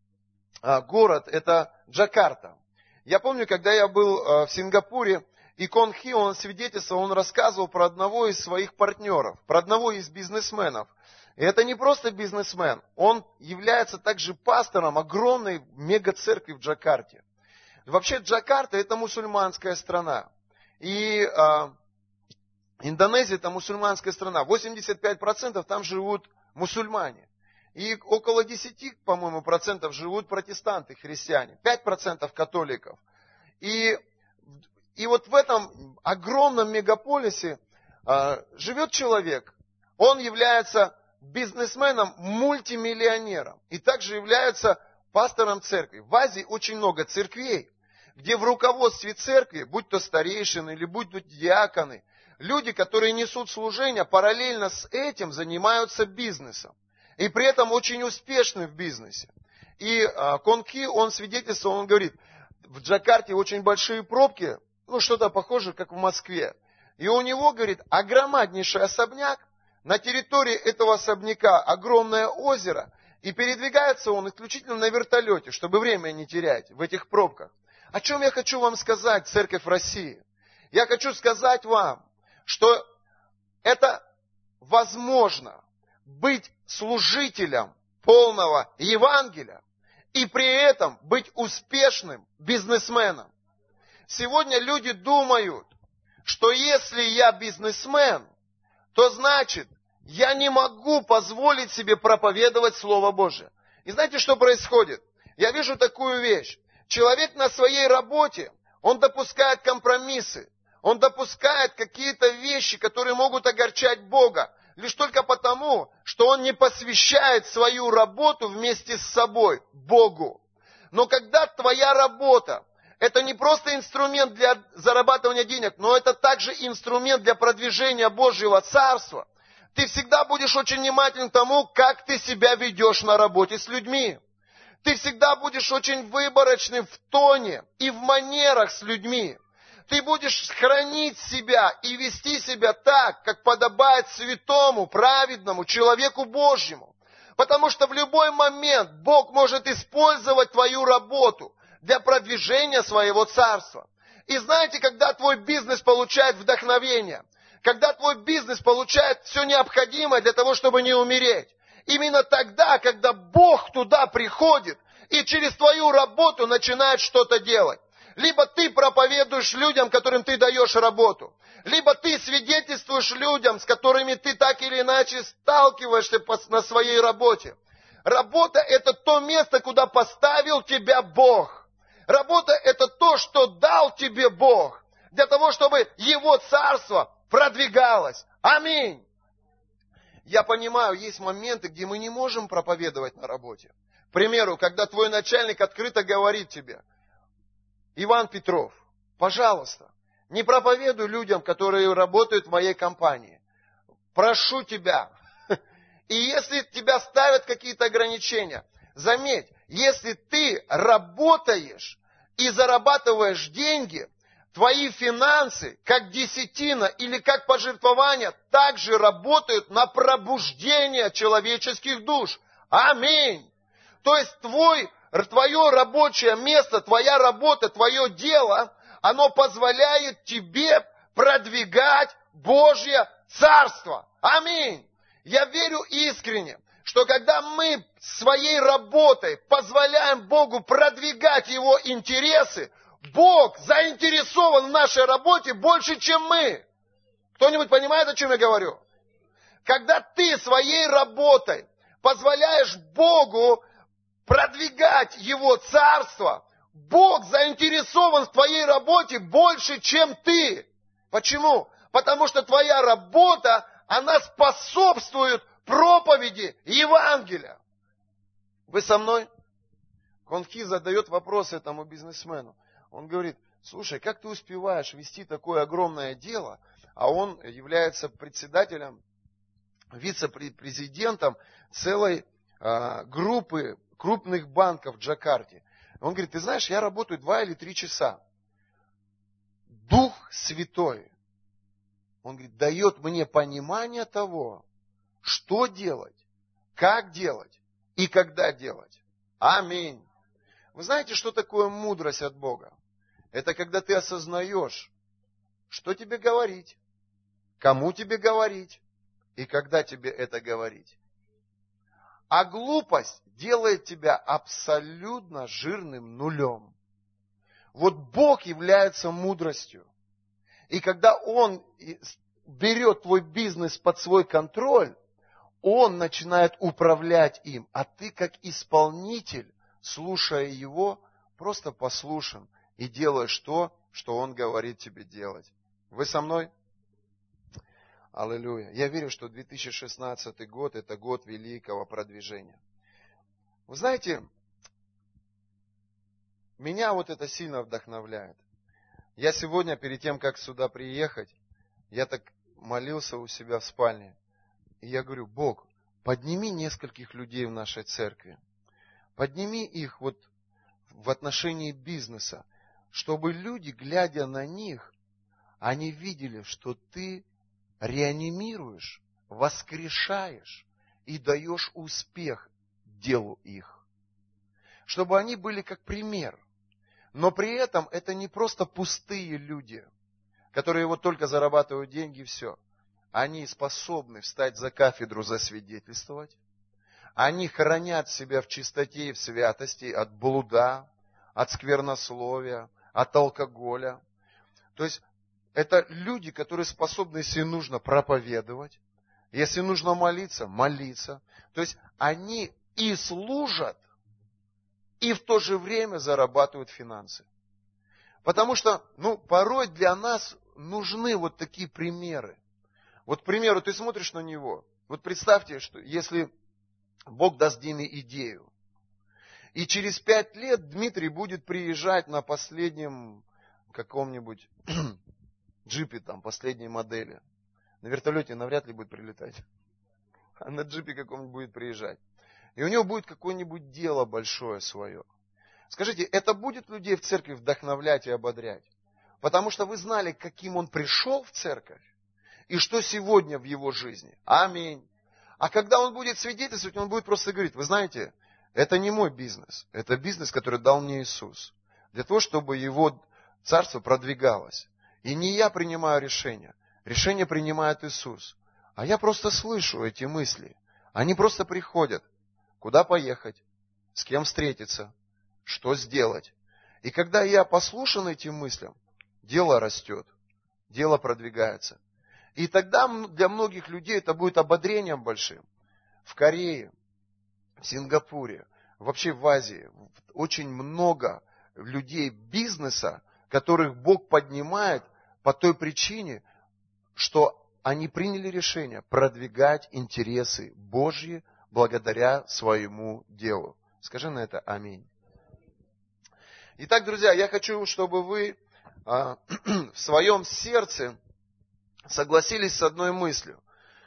а, город. Это Джакарта. Я помню, когда я был а, в Сингапуре, и Кон Хи, он свидетельствовал, он рассказывал про одного из своих партнеров, про одного из бизнесменов. И это не просто бизнесмен, он является также пастором огромной мега-церкви в Джакарте. Вообще Джакарта это мусульманская страна. И э, Индонезия это мусульманская страна. восемьдесят пять процентов там живут мусульмане. И около десять, по-моему, процентов живут протестанты, христиане. пять процентов католиков. И, и вот в этом огромном мегаполисе э, живет человек. Он является бизнесменом, мультимиллионером. И также является пастором церкви. В Азии очень много церквей, где в руководстве церкви, будь то старейшины или будь то диаконы, люди, которые несут служение, параллельно с этим занимаются бизнесом. И при этом очень успешны в бизнесе. И а, Кон Хи, он свидетельствовал, он говорит, в Джакарте очень большие пробки, ну что-то похоже, как в Москве. И у него, говорит, огромнейший особняк, на территории этого особняка огромное озеро, и передвигается он исключительно на вертолете, чтобы время не терять в этих пробках. О чем я хочу вам сказать, церковь в России? Я хочу сказать вам, что это возможно быть служителем полного Евангелия и при этом быть успешным бизнесменом. Сегодня люди думают, что если я бизнесмен, то значит, я не могу позволить себе проповедовать Слово Божие. И знаете, что происходит? Я вижу такую вещь. Человек на своей работе, он допускает компромиссы, он допускает какие-то вещи, которые могут огорчать Бога, лишь только потому, что он не посвящает свою работу вместе с собой Богу. Но когда твоя работа, это не просто инструмент для зарабатывания денег, но это также инструмент для продвижения Божьего Царства, ты всегда будешь очень внимателен к тому, как ты себя ведешь на работе с людьми. Ты всегда будешь очень выборочным в тоне и в манерах с людьми. Ты будешь хранить себя и вести себя так, как подобает святому, праведному человеку Божьему. Потому что в любой момент Бог может использовать твою работу для продвижения своего царства. И знаете, когда твой бизнес получает вдохновение, когда твой бизнес получает все необходимое для того, чтобы не умереть, именно тогда, когда Бог туда приходит и через твою работу начинает что-то делать. Либо ты проповедуешь людям, которым ты даешь работу, либо ты свидетельствуешь людям, с которыми ты так или иначе сталкиваешься на своей работе. Работа – это то место, куда поставил тебя Бог. Работа – это то, что дал тебе Бог, для того, чтобы Его Царство продвигалось. Аминь. Я понимаю, есть моменты, где мы не можем проповедовать на работе. К примеру, когда твой начальник открыто говорит тебе: Иван Петров, пожалуйста, не проповедуй людям, которые работают в моей компании. Прошу тебя. И если тебя ставят какие-то ограничения, заметь, если ты работаешь и зарабатываешь деньги, твои финансы, как десятина или как пожертвования, также работают на пробуждение человеческих душ. Аминь. То есть твой, твое рабочее место, твоя работа, твое дело, оно позволяет тебе продвигать Божье Царство. Аминь. Я верю искренне, что когда мы своей работой позволяем Богу продвигать Его интересы, Бог заинтересован в нашей работе больше, чем мы. Кто-нибудь понимает, о чем я говорю? Когда ты своей работой позволяешь Богу продвигать Его Царство, Бог заинтересован в твоей работе больше, чем ты. Почему? Потому что твоя работа, она способствует проповеди Евангелия. Вы со мной? Кон Хи задает вопрос этому бизнесмену. Он говорит: слушай, как ты успеваешь вести такое огромное дело, а он является председателем, вице-президентом целой э, группы крупных банков в Джакарте. Он говорит: ты знаешь, я работаю два или три часа. Дух Святой Он говорит, дает мне понимание того, что делать, как делать и когда делать. Аминь. Вы знаете, что такое мудрость от Бога? Это когда ты осознаешь, что тебе говорить, кому тебе говорить и когда тебе это говорить. А глупость делает тебя абсолютно жирным нулем. Вот Бог является мудростью. И когда Он берет твой бизнес под свой контроль, Он начинает управлять им. А ты, как исполнитель, слушая Его, просто послушен и делаешь то, что Он говорит тебе делать. Вы со мной? Аллилуйя. Я верю, что две тысячи шестнадцатый год – это год великого продвижения. Вы знаете, меня вот это сильно вдохновляет. Я сегодня, перед тем, как сюда приехать, я так молился у себя в спальне. И я говорю, Бог, подними нескольких людей в нашей церкви. Подними их вот в отношении бизнеса, чтобы люди, глядя на них, они видели, что ты реанимируешь, воскрешаешь и даешь успех делу их. Чтобы они были как пример. Но при этом это не просто пустые люди, которые вот только зарабатывают деньги и все. Они способны встать за кафедру, засвидетельствовать. Они хранят себя в чистоте и в святости от блуда, от сквернословия, от алкоголя. То есть это люди, которые способны, если нужно, проповедовать, если нужно молиться, молиться. То есть они и служат, и в то же время зарабатывают финансы. Потому что, ну, порой для нас нужны вот такие примеры. Вот, к примеру, ты смотришь на него. Вот представьте, что если Бог даст Диме идею, и через пять лет Дмитрий будет приезжать на последнем каком-нибудь джипе, там, последней модели. На вертолете навряд ли будет прилетать. А на джипе каком-нибудь будет приезжать. И у него будет какое-нибудь дело большое свое. Скажите, это будет людей в церкви вдохновлять и ободрять? Потому что вы знали, каким он пришел в церковь, и что сегодня в его жизни. Аминь. А когда он будет свидетельствовать, он будет просто говорить, вы знаете, это не мой бизнес, это бизнес, который дал мне Иисус. Для того, чтобы его царство продвигалось. И не я принимаю решения, решение принимает Иисус. А я просто слышу эти мысли. Они просто приходят. Куда поехать? С кем встретиться? Что сделать? И когда я послушан этим мыслям, дело растет, дело продвигается. И тогда для многих людей это будет ободрением большим. В Корее, в Сингапуре, вообще в Азии очень много людей бизнеса, которых Бог поднимает по той причине, что они приняли решение продвигать интересы Божьи благодаря своему делу. Скажи на это аминь. Итак, друзья, я хочу, чтобы вы а, в своем сердце согласились с одной мыслью.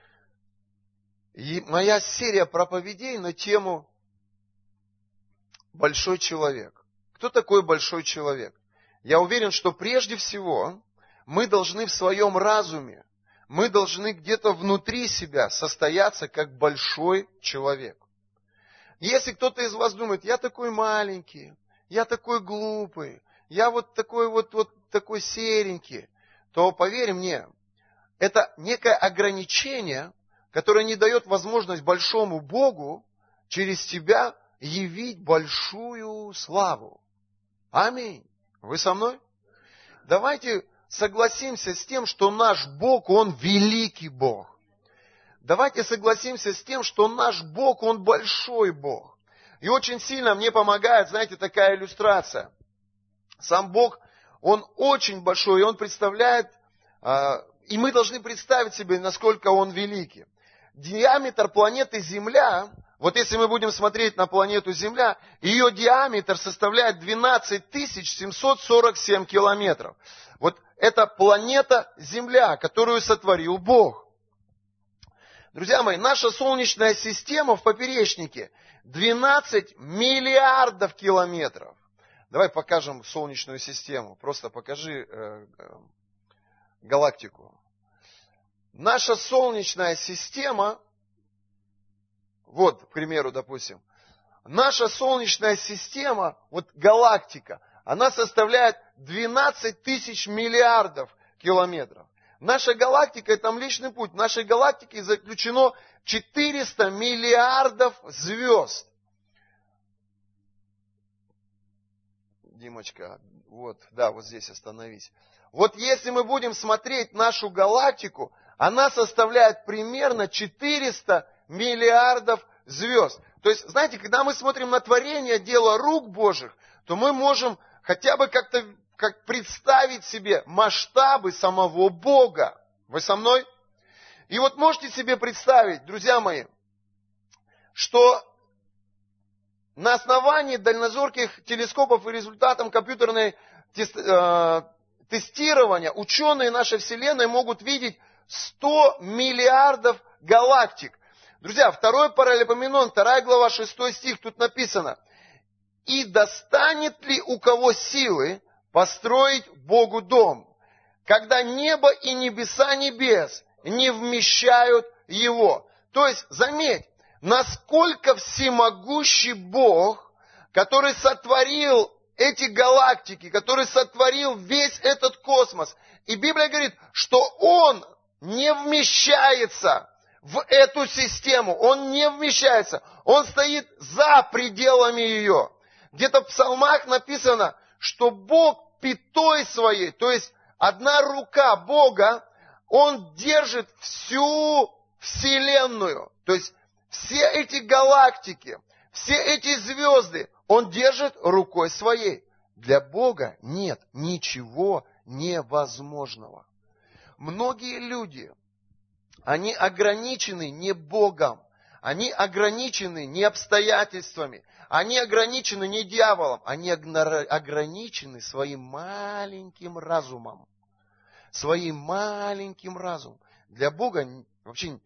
И моя серия проповедей на тему «Большой человек». Кто такой большой человек? Я уверен, что прежде всего мы должны в своем разуме, мы должны где-то внутри себя состояться как большой человек. Если кто-то из вас думает, я такой маленький, я такой глупый, я вот такой вот, вот такой серенький, то поверь мне, это некое ограничение, которое не дает возможность большому Богу через тебя явить большую славу. Аминь. Вы со мной? Давайте согласимся с тем, что наш Бог, Он великий Бог. Давайте согласимся с тем, что наш Бог, Он большой Бог. И очень сильно мне помогает, знаете, такая иллюстрация. Сам Бог, Он очень большой, и Он представляет, и мы должны представить себе, насколько Он великий. Диаметр планеты Земля, вот если мы будем смотреть на планету Земля, ее диаметр составляет двенадцать тысяч семьсот сорок семь километров. Вот это планета Земля, которую сотворил Бог. Друзья мои, наша Солнечная система в поперечнике двенадцать миллиардов километров. Давай покажем Солнечную систему. Просто покажи э, э, галактику. наша Солнечная система, вот, к примеру, допустим, наша Солнечная система, вот галактика, она составляет двенадцать тысяч миллиардов километров. Наша галактика – это Млечный Путь. В нашей галактике заключено четыреста миллиардов звезд. Димочка, вот, да, вот здесь остановись. Вот если мы будем смотреть нашу галактику, она составляет примерно четыреста миллиардов звезд. То есть, знаете, когда мы смотрим на творение, дело рук Божьих, то мы можем хотя бы как-то как представить себе масштабы самого Бога. Вы со мной? И вот можете себе представить, друзья мои, что на основании дальнозорких телескопов и результатам компьютерной тестирования ученые нашей Вселенной могут видеть сто миллиардов галактик. Друзья, второй Паралипоменон, вторая глава, шестой стих, тут написано: «И достанет ли у кого силы построить Богу дом, когда небо и небеса небес не вмещают его». То есть, заметь, насколько всемогущий Бог, который сотворил эти галактики, который сотворил весь этот космос. И Библия говорит, что Он не вмещается в эту систему, Он не вмещается, Он стоит за пределами ее. Где-то в псалмах написано, что Бог пятой своей, то есть одна рука Бога, Он держит всю Вселенную. То есть все эти галактики, все эти звезды Он держит рукой своей. Для Бога нет ничего невозможного. Многие люди, они ограничены не Богом, они ограничены не обстоятельствами, они ограничены не дьяволом, они ограничены своим маленьким разумом. Своим маленьким разумом. Для Бога вообще,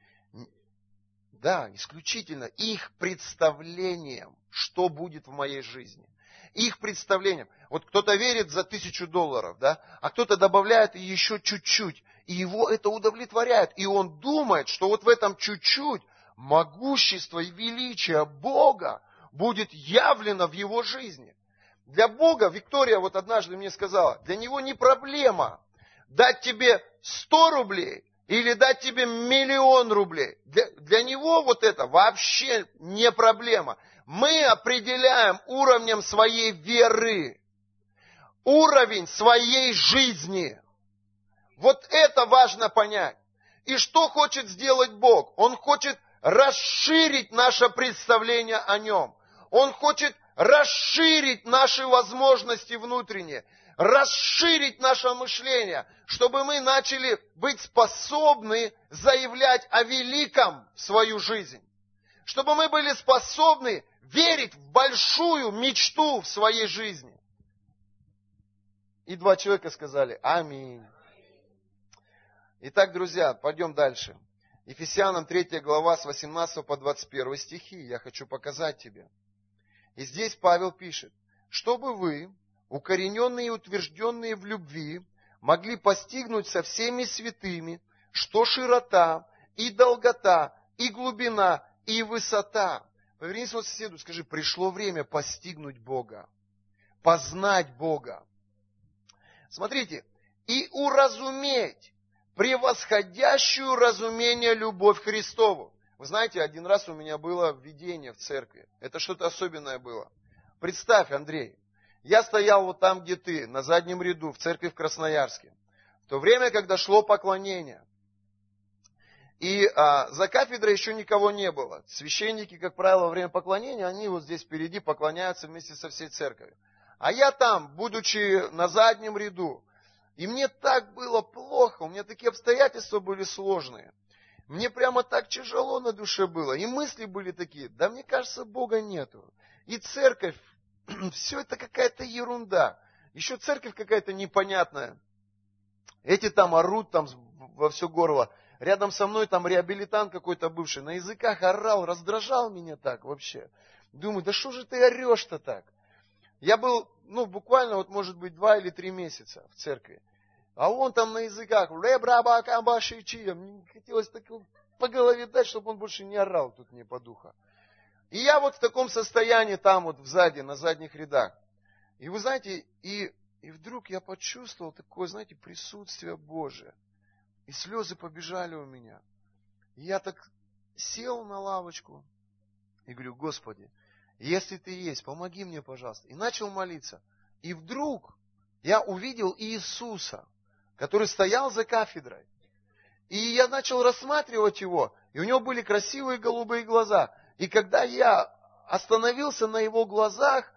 да, исключительно их представлением, что будет в моей жизни. Их представлением. Вот кто-то верит за тысячу долларов, да, а кто-то добавляет еще чуть-чуть, и его это удовлетворяет. И он думает, что вот в этом чуть-чуть могущество и величие Бога будет явлено в его жизни. Для Бога, Виктория вот однажды мне сказала, для Него не проблема дать тебе сто рублей или дать тебе миллион рублей. Для, для Него вот это вообще не проблема. Мы определяем уровнем своей веры, уровень своей жизни. Вот это важно понять. И что хочет сделать Бог? Он хочет расширить наше представление о Нем. Он хочет расширить наши возможности внутренние, расширить наше мышление, чтобы мы начали быть способны заявлять о великом в свою жизнь. Чтобы мы были способны верить в большую мечту в своей жизни. И два человека сказали «Аминь». Итак, друзья, пойдем дальше. Ефесянам третья глава с восемнадцатого по двадцать первый стихи. Я хочу показать тебе. И здесь Павел пишет: «Чтобы вы, укорененные и утвержденные в любви, могли постигнуть со всеми святыми, что широта, и долгота, и глубина, и высота». Повернись своему соседу, скажи: пришло время постигнуть Бога, познать Бога. Смотрите, и уразуметь превосходящую разумение любовь Христову. Вы знаете, один раз у меня было видение в церкви. Это что-то особенное было. Представь, Андрей, я стоял вот там, где ты, на заднем ряду, в церкви в Красноярске. В то время, когда шло поклонение. И а, за кафедрой еще никого не было. Священники, как правило, во время поклонения, они вот здесь впереди поклоняются вместе со всей церковью. А я там, будучи на заднем ряду, и мне так было плохо, у меня такие обстоятельства были сложные. Мне прямо так тяжело на душе было. И мысли были такие: да мне кажется, Бога нету. И церковь, все это какая-то ерунда. Еще церковь какая-то непонятная. Эти там орут там во все горло. Рядом со мной там реабилитант какой-то бывший. На языках орал, раздражал меня так вообще. Думаю, да что же ты орешь-то так? Я был, ну, буквально, вот, может быть, два или три месяца в церкви. А он там на языках, ребрабакамбашичи, мне хотелось так по голове дать, чтобы он больше не орал тут мне по духу. И я вот в таком состоянии там вот сзади, на задних рядах. И вы знаете, и, и вдруг я почувствовал такое, знаете, присутствие Божие. И слезы побежали у меня. И я так сел на лавочку и говорю: Господи, если Ты есть, помоги мне, пожалуйста. И начал молиться. И вдруг я увидел Иисуса, который стоял за кафедрой. И я начал рассматривать Его, и у Него были красивые голубые глаза. И когда я остановился на Его глазах,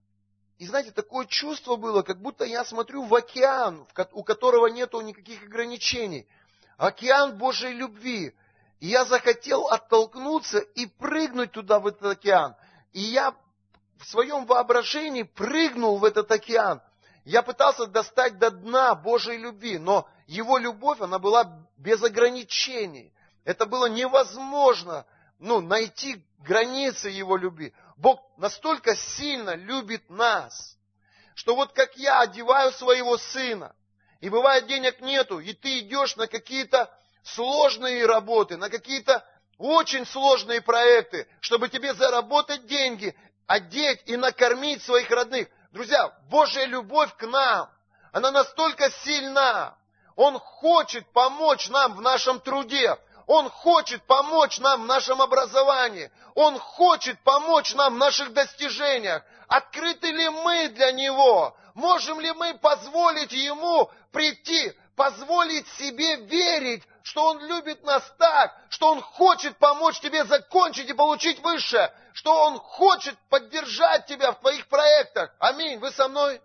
и знаете, такое чувство было, как будто я смотрю в океан, у которого нету никаких ограничений. Океан Божьей любви. И я захотел оттолкнуться и прыгнуть туда, в этот океан. И я в своем воображении прыгнул в этот океан. Я пытался достать до дна Божьей любви, но Его любовь, она была без ограничений. Это было невозможно, ну, найти границы Его любви. Бог настолько сильно любит нас, что вот как я одеваю своего сына, и бывает денег нету, и ты идешь на какие-то сложные работы, на какие-то очень сложные проекты, чтобы тебе заработать деньги, одеть и накормить своих родных. Друзья, Божья любовь к нам, она настолько сильна. Он хочет помочь нам в нашем труде. Он хочет помочь нам в нашем образовании. Он хочет помочь нам в наших достижениях. Открыты ли мы для Него? Можем ли мы позволить Ему прийти, позволить себе верить, что Он любит нас так, что Он хочет помочь тебе закончить и получить высшее, что Он хочет поддержать тебя в твоих проектах. Аминь. Вы со мной?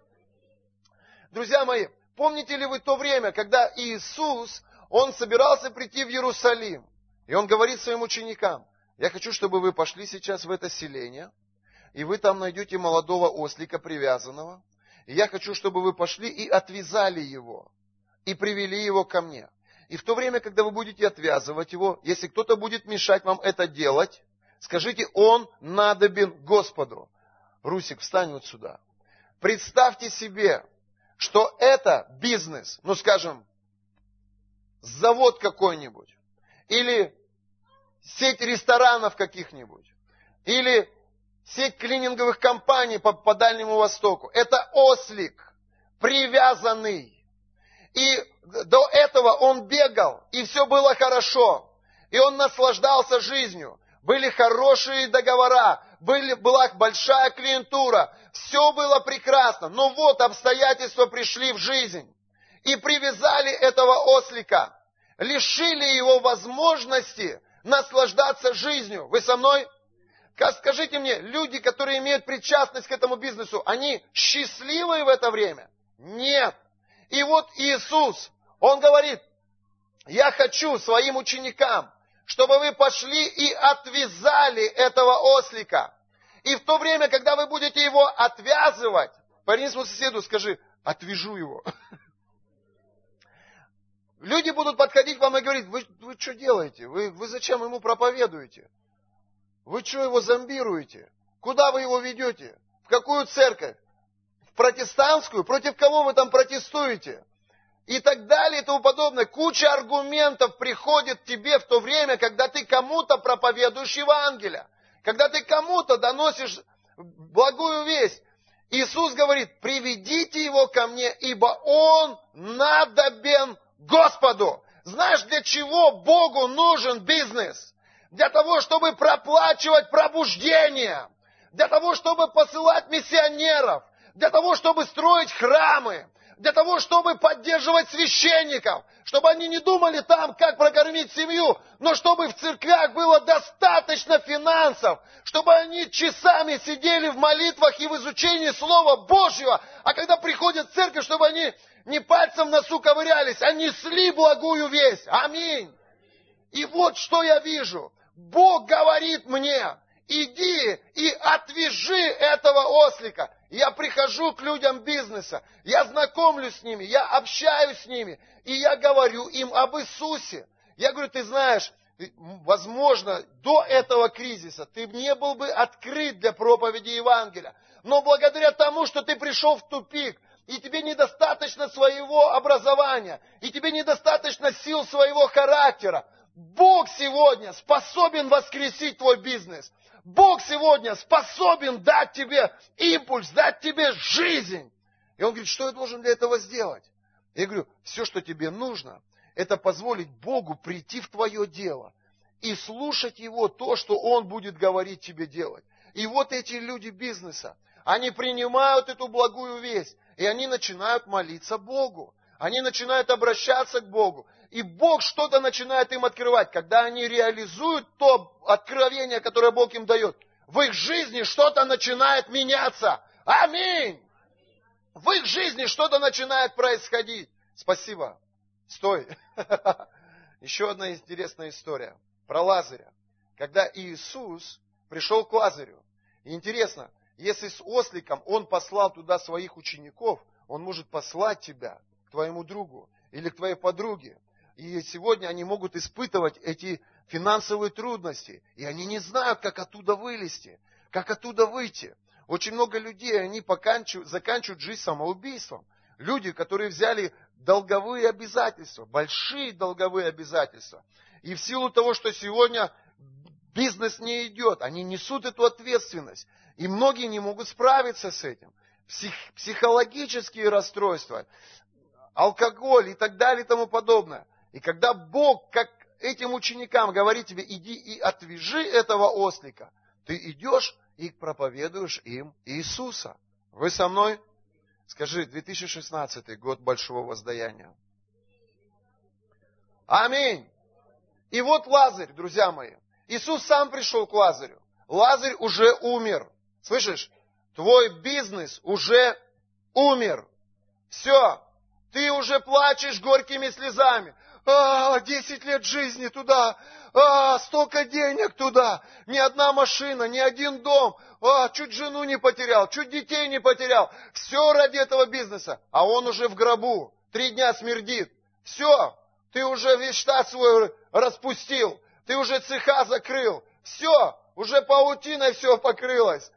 Друзья мои, помните ли вы то время, когда Иисус, Он собирался прийти в Иерусалим, и Он говорит своим ученикам: я хочу, чтобы вы пошли сейчас в это селение, и вы там найдете молодого ослика привязанного, и я хочу, чтобы вы пошли и отвязали его, и привели его ко мне. И в то время, когда вы будете отвязывать его, если кто-то будет мешать вам это делать, скажите: он надобен Господу. Русик, встань вот сюда. Представьте себе, что это бизнес, ну скажем, завод какой-нибудь, или сеть ресторанов каких-нибудь, или сеть клининговых компаний по, по Дальнему Востоку. Это ослик, привязанный. И до этого он бегал, и все было хорошо. И он наслаждался жизнью. Были хорошие договора, были, была большая клиентура. Все было прекрасно. Но вот обстоятельства пришли в жизнь. И привязали этого ослика. Лишили его возможности наслаждаться жизнью. Вы со мной? Скажите мне, люди, которые имеют причастность к этому бизнесу, они счастливы в это время? Нет. И вот Иисус, Он говорит: я хочу своим ученикам, чтобы вы пошли и отвязали этого ослика. И в то время, когда вы будете его отвязывать, повернись к своему соседу, скажи: отвяжу его. Люди будут подходить к вам и говорить: вы, вы что делаете? Вы, вы зачем ему проповедуете? Вы что его зомбируете? Куда вы его ведете? В какую церковь? В протестантскую? Против кого вы там протестуете? И так далее и тому подобное. Куча аргументов приходит к тебе в то время, когда ты кому-то проповедуешь Евангелие. Когда ты кому-то доносишь благую весть. Иисус говорит: приведите его ко мне, ибо он надобен Господу. Знаешь, для чего Богу нужен бизнес? Для того, чтобы проплачивать пробуждение. Для того, чтобы посылать миссионеров. Для того, чтобы строить храмы. Для того, чтобы поддерживать священников. Чтобы они не думали там, как прокормить семью. Но чтобы в церквях было достаточно финансов. Чтобы они часами сидели в молитвах и в изучении Слова Божьего. А когда приходят в церковь, чтобы они не пальцем в носу ковырялись, а несли благую весть. Аминь. И вот что я вижу. Бог говорит мне: иди и отвяжи этого ослика. Я прихожу к людям бизнеса, я знакомлюсь с ними, я общаюсь с ними, и я говорю им об Иисусе. Я говорю: ты знаешь, возможно, до этого кризиса ты не был бы открыт для проповеди Евангелия. Но благодаря тому, что ты пришел в тупик, и тебе недостаточно своего образования, и тебе недостаточно сил своего характера. Бог сегодня способен воскресить твой бизнес. Бог сегодня способен дать тебе импульс, дать тебе жизнь. И он говорит, что я должен для этого сделать? Я говорю, все, что тебе нужно, это позволить Богу прийти в твое дело и слушать Его, то, что Он будет говорить тебе делать. И вот эти люди бизнеса, они принимают эту благую весть, и они начинают молиться Богу. Они начинают обращаться к Богу. И Бог что-то начинает им открывать. Когда они реализуют то откровение, которое Бог им дает, в их жизни что-то начинает меняться. Аминь! В их жизни что-то начинает происходить. Спасибо. Стой. Еще одна интересная история про Лазаря. Когда Иисус пришел к Лазарю. И интересно, если с осликом Он послал туда своих учеников, Он может послать тебя к твоему другу или к твоей подруге. И сегодня они могут испытывать эти финансовые трудности. И они не знают, как оттуда вылезти, как оттуда выйти. Очень много людей, они поканчивают, заканчивают жизнь самоубийством. Люди, которые взяли долговые обязательства, большие долговые обязательства. И в силу того, что сегодня бизнес не идет, они несут эту ответственность. И многие не могут справиться с этим. Псих, психологические расстройства, алкоголь и так далее и тому подобное. И когда Бог, как этим ученикам, говорит тебе, иди и отвяжи этого ослика, ты идешь и проповедуешь им Иисуса. Вы со мной? Скажи, две тысячи шестнадцатый год большого воздаяния. Аминь. И вот Лазарь, друзья мои. Иисус сам пришел к Лазарю. Лазарь уже умер. Слышишь? Твой бизнес уже умер. Все. Ты уже плачешь горькими слезами. А, десять лет жизни туда. А, столько денег туда. Ни одна машина, ни один дом. А, чуть жену не потерял, чуть детей не потерял. Все ради этого бизнеса. А он уже в гробу. Три дня смердит. Все. Ты уже весь штат свой распустил. Ты уже цеха закрыл. Все. Уже паутиной все покрылось.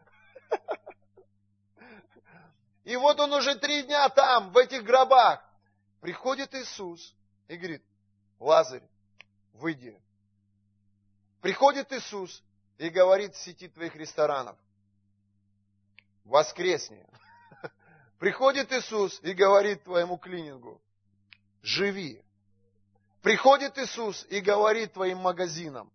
И вот он уже три дня там, в этих гробах. Приходит Иисус и говорит, Лазарь, выйди. Приходит Иисус и говорит в сети твоих ресторанов, воскресни. Приходит Иисус и говорит твоему клинингу, живи. Приходит Иисус и говорит твоим магазинам,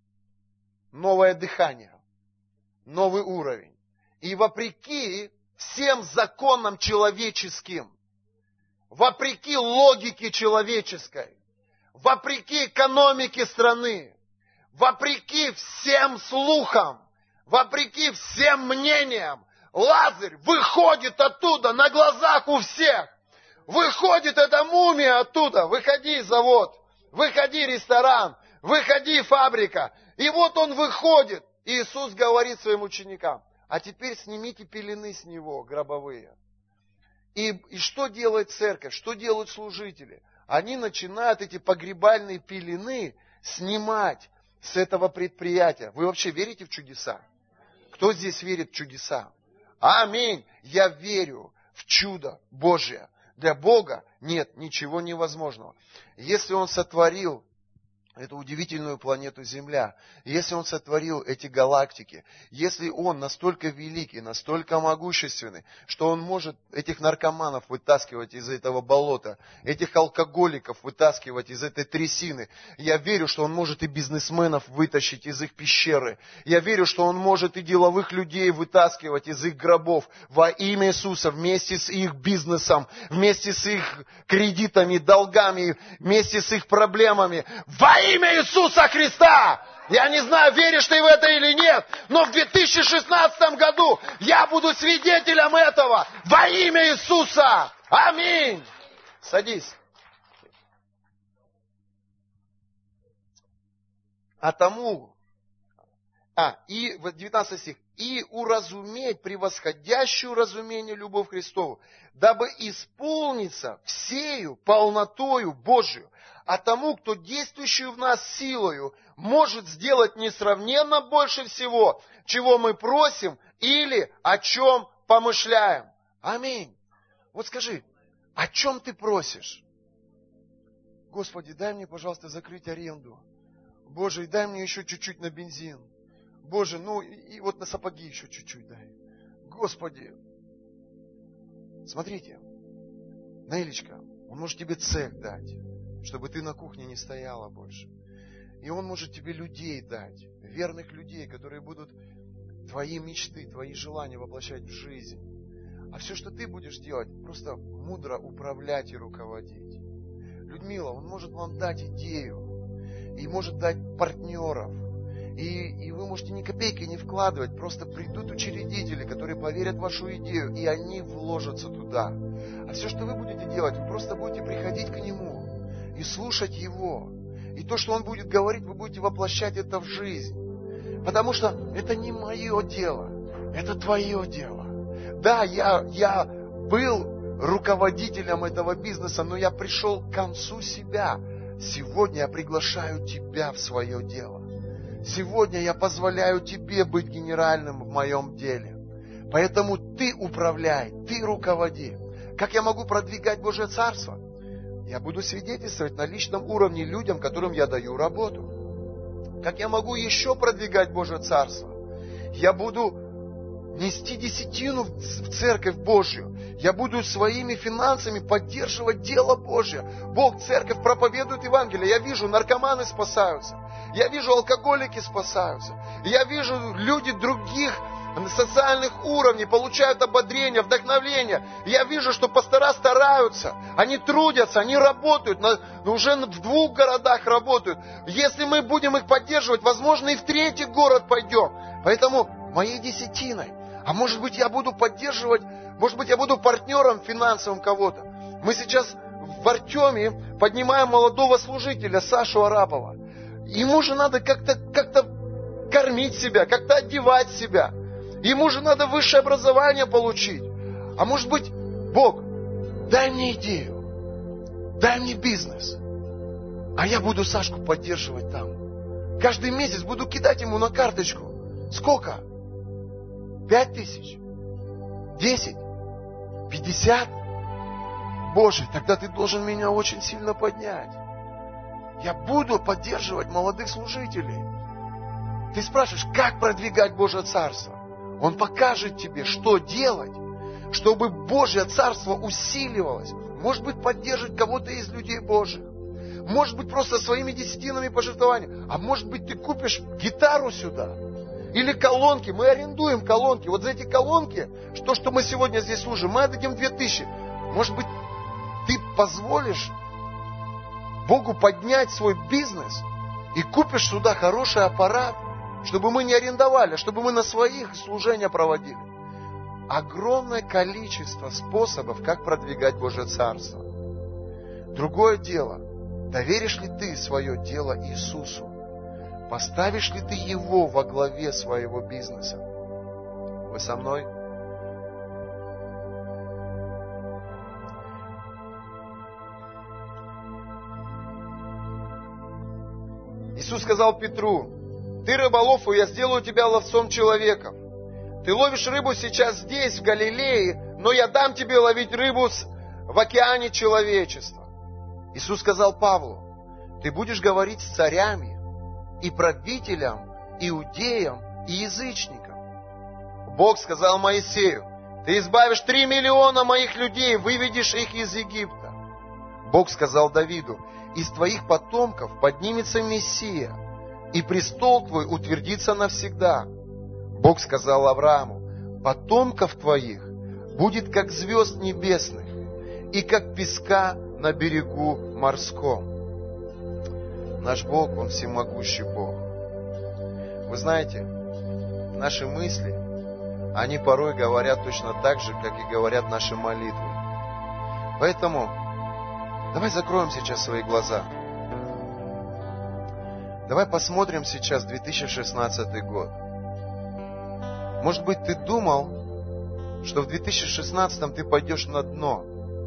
новое дыхание, новый уровень. И вопреки всем законам человеческим, вопреки логике человеческой, вопреки экономике страны, вопреки всем слухам, вопреки всем мнениям, Лазарь выходит оттуда на глазах у всех. Выходит эта мумия оттуда. Выходи, завод, выходи, ресторан, выходи, фабрика. И вот он выходит. И Иисус говорит своим ученикам, а теперь снимите пелены с него, гробовые. И, и что делает церковь, что делают служители? Они начинают эти погребальные пелены снимать с этого предприятия. Вы вообще верите в чудеса? Кто здесь верит в чудеса? Аминь. Я верю в чудо Божие. Для Бога нет ничего невозможного. Если Он сотворил эту удивительную планету Земля, если Он сотворил эти галактики, если Он настолько великий, настолько могущественный, что Он может этих наркоманов вытаскивать из этого болота, этих алкоголиков вытаскивать из этой трясины, я верю, что Он может и бизнесменов вытащить из их пещеры, я верю, что Он может и деловых людей вытаскивать из их гробов во имя Иисуса, вместе с их бизнесом, вместе с их кредитами, долгами, вместе с их проблемами, во имя Иисуса Христа. Я не знаю, веришь ты в это или нет, но в две тысячи шестнадцатом году я буду свидетелем этого во имя Иисуса. Аминь. Садись. А тому, а, и девятнадцатый стих, и уразуметь превосходящую разумение любовь Христову, дабы исполниться всею полнотою Божию. А тому, кто действующий в нас силою, может сделать несравненно больше всего, чего мы просим или о чем помышляем. Аминь. Вот скажи, о чем ты просишь? Господи, дай мне, пожалуйста, закрыть аренду. Боже, дай мне еще чуть-чуть на бензин. Боже, ну и вот на сапоги еще чуть-чуть дай. Господи. Смотрите, Наилечка, он может тебе цех дать, чтобы ты на кухне не стояла больше. И он может тебе людей дать, верных людей, которые будут твои мечты, твои желания воплощать в жизнь. А все, что ты будешь делать, просто мудро управлять и руководить. Людмила, он может вам дать идею, и может дать партнеров. И, и вы можете ни копейки не вкладывать, просто придут учредители, которые поверят в вашу идею, и они вложатся туда. А все, что вы будете делать, вы просто будете приходить к нему и слушать его. И то, что он будет говорить, вы будете воплощать это в жизнь. Потому что это не мое дело, это твое дело. Да, я, я был руководителем этого бизнеса, но я пришел к концу себя. Сегодня я приглашаю тебя в свое дело. Сегодня я позволяю тебе быть генеральным в моем деле. Поэтому ты управляй, ты руководи. Как я могу продвигать Божье Царство? Я буду свидетельствовать на личном уровне людям, которым я даю работу. Как я могу еще продвигать Божье Царство? Я буду нести десятину в церковь Божью. Я буду своими финансами поддерживать дело Божье. Бог, церковь проповедует Евангелие. Я вижу, наркоманы спасаются. Я вижу, алкоголики спасаются. Я вижу, люди других социальных уровней получают ободрение, вдохновение. Я вижу, что пастора стараются. Они трудятся, они работают. Уже в двух городах работают. Если мы будем их поддерживать, возможно, и в третий город пойдем. Поэтому моей десятиной. А может быть, я буду поддерживать, может быть, я буду партнером финансовым кого-то. Мы сейчас в Артеме поднимаем молодого служителя Сашу Арапова. Ему же надо как-то, как-то кормить себя, как-то одевать себя. Ему же надо высшее образование получить. А может быть, Бог, дай мне идею, дай мне бизнес. А я буду Сашку поддерживать там. Каждый месяц буду кидать ему на карточку. Сколько? Пять тысяч? Десять? Пятьдесят? Боже, тогда ты должен меня очень сильно поднять. Я буду поддерживать молодых служителей. Ты спрашиваешь, как продвигать Божье Царство? Он покажет тебе, что делать, чтобы Божье Царство усиливалось. Может быть, поддержит кого-то из людей Божьих. Может быть, просто своими десятинами пожертвований. А может быть, ты купишь гитару сюда. Или колонки. Мы арендуем колонки. Вот за эти колонки, то, что мы сегодня здесь служим, мы отдадим две тысячи. Может быть, ты позволишь Богу поднять свой бизнес и купишь сюда хороший аппарат, чтобы мы не арендовали, а чтобы мы на своих служения проводили. Огромное количество способов, как продвигать Божье Царство. Другое дело, доверишь ли ты свое дело Иисусу? Поставишь ли ты Его во главе своего бизнеса? Вы со мной? Иисус сказал Петру: ты рыболов, и я сделаю тебя ловцом человеков. Ты ловишь рыбу сейчас здесь, в Галилее, но я дам тебе ловить рыбу в океане человечества. Иисус сказал Павлу: ты будешь говорить с царями и правителям, иудеям и язычникам. Бог сказал Моисею: ты избавишь три миллиона моих людей, выведешь их из Египта. Бог сказал Давиду: из твоих потомков поднимется Мессия, и престол твой утвердится навсегда. Бог сказал Аврааму: потомков твоих будет как звезд небесных и как песка на берегу морском. Наш Бог, Он всемогущий Бог. Вы знаете, наши мысли, они порой говорят точно так же, как и говорят наши молитвы. Поэтому давай закроем сейчас свои глаза. Давай посмотрим сейчас две тысячи шестнадцатый год. Может быть, ты думал, что в две тысячи шестнадцатом ты пойдешь на дно.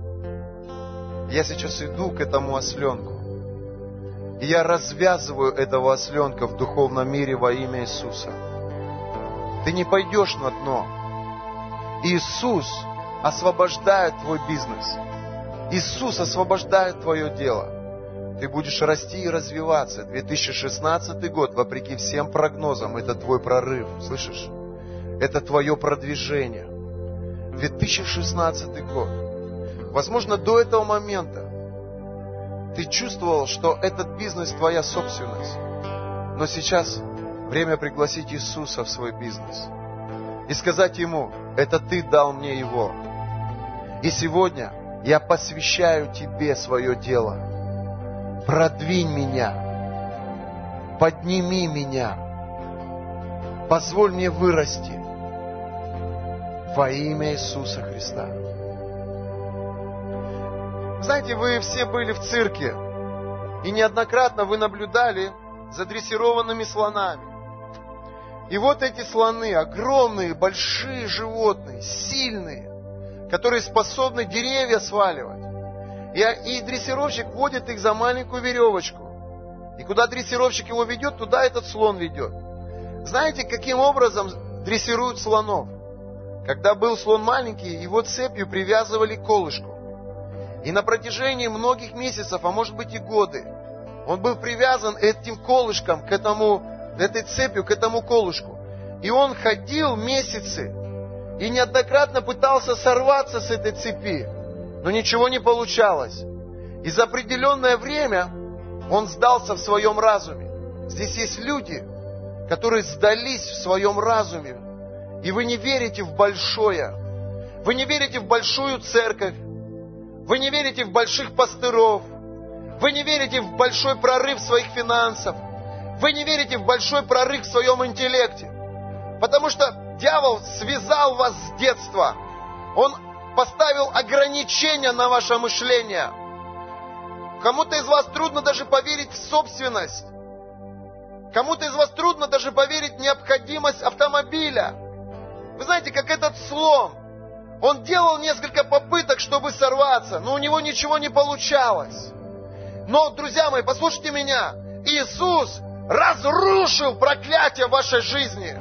Я сейчас иду к этому осленку. И я развязываю этого осленка в духовном мире во имя Иисуса. Ты не пойдешь на дно. Иисус освобождает твой бизнес. Иисус освобождает твое дело. Ты будешь расти и развиваться. две тысячи шестнадцатый год, вопреки всем прогнозам, это твой прорыв. Слышишь? Это твое продвижение. две тысячи шестнадцатый год. Возможно, до этого момента ты чувствовал, что этот бизнес твоя собственность. Но сейчас время пригласить Иисуса в свой бизнес. И сказать Ему: это Ты дал мне его. И сегодня я посвящаю Тебе свое дело. Продвинь меня. Подними меня. Позволь мне вырасти. Во имя Иисуса Христа. Знаете, вы все были в цирке. И неоднократно вы наблюдали за дрессированными слонами. И вот эти слоны, огромные, большие животные, сильные, которые способны деревья сваливать. И, и дрессировщик водит их за маленькую веревочку. И куда дрессировщик его ведет, туда этот слон ведет. Знаете, каким образом дрессируют слонов? Когда был слон маленький, его цепью привязывали к колышку. И на протяжении многих месяцев, а может быть и годы, он был привязан этим колышком, к этому, этой цепью, к этому колышку. И он ходил месяцы и неоднократно пытался сорваться с этой цепи, но ничего не получалось. И за определенное время он сдался в своем разуме. Здесь есть люди, которые сдались в своем разуме. И вы не верите в большое. Вы не верите в большую церковь. Вы не верите в больших пастыров. Вы не верите в большой прорыв своих финансов. Вы не верите в большой прорыв в своем интеллекте. Потому что дьявол связал вас с детства. Он поставил ограничения на ваше мышление. Кому-то из вас трудно даже поверить в собственность. Кому-то из вас трудно даже поверить в необходимость автомобиля. Вы знаете, как этот слон. Он делал несколько попыток, чтобы сорваться, но у него ничего не получалось. Но, друзья мои, послушайте меня. Иисус разрушил проклятие в вашей жизни.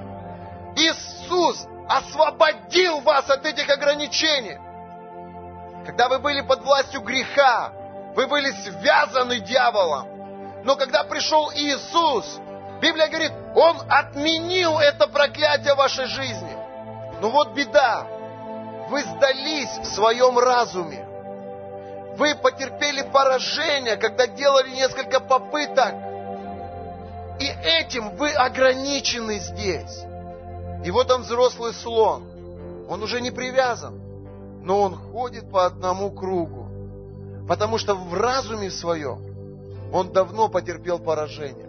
Иисус освободил вас от этих ограничений. Когда вы были под властью греха, вы были связаны дьяволом. Но когда пришел Иисус, Библия говорит, Он отменил это проклятие в вашей жизни. Но вот беда. Вы сдались в своем разуме. Вы потерпели поражение, когда делали несколько попыток. И этим вы ограничены здесь. И вот он взрослый слон. Он уже не привязан. Но он ходит по одному кругу. Потому что в разуме своем он давно потерпел поражение.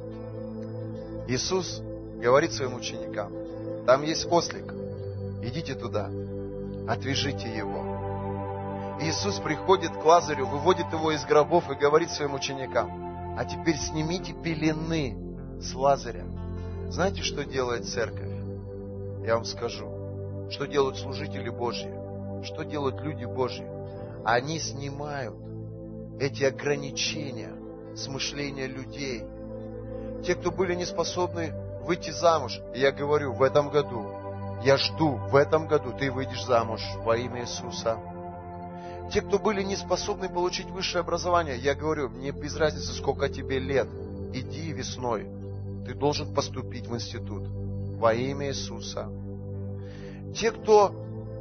Иисус говорит своим ученикам: там есть ослик. Идите туда. Отвяжите его. Иисус приходит к Лазарю, выводит его из гробов и говорит своим ученикам: а теперь снимите пелены с Лазаря. Знаете, что делает церковь? Я вам скажу. Что делают служители Божьи? Что делают люди Божьи? Они снимают эти ограничения с мышления людей. Те, кто были не способны выйти замуж. И я говорю, в этом году, я жду, в этом году ты выйдешь замуж во имя Иисуса. Те, кто были не способны получить высшее образование, я говорю, мне без разницы, сколько тебе лет, иди весной. Ты должен поступить в институт во имя Иисуса. Те, кто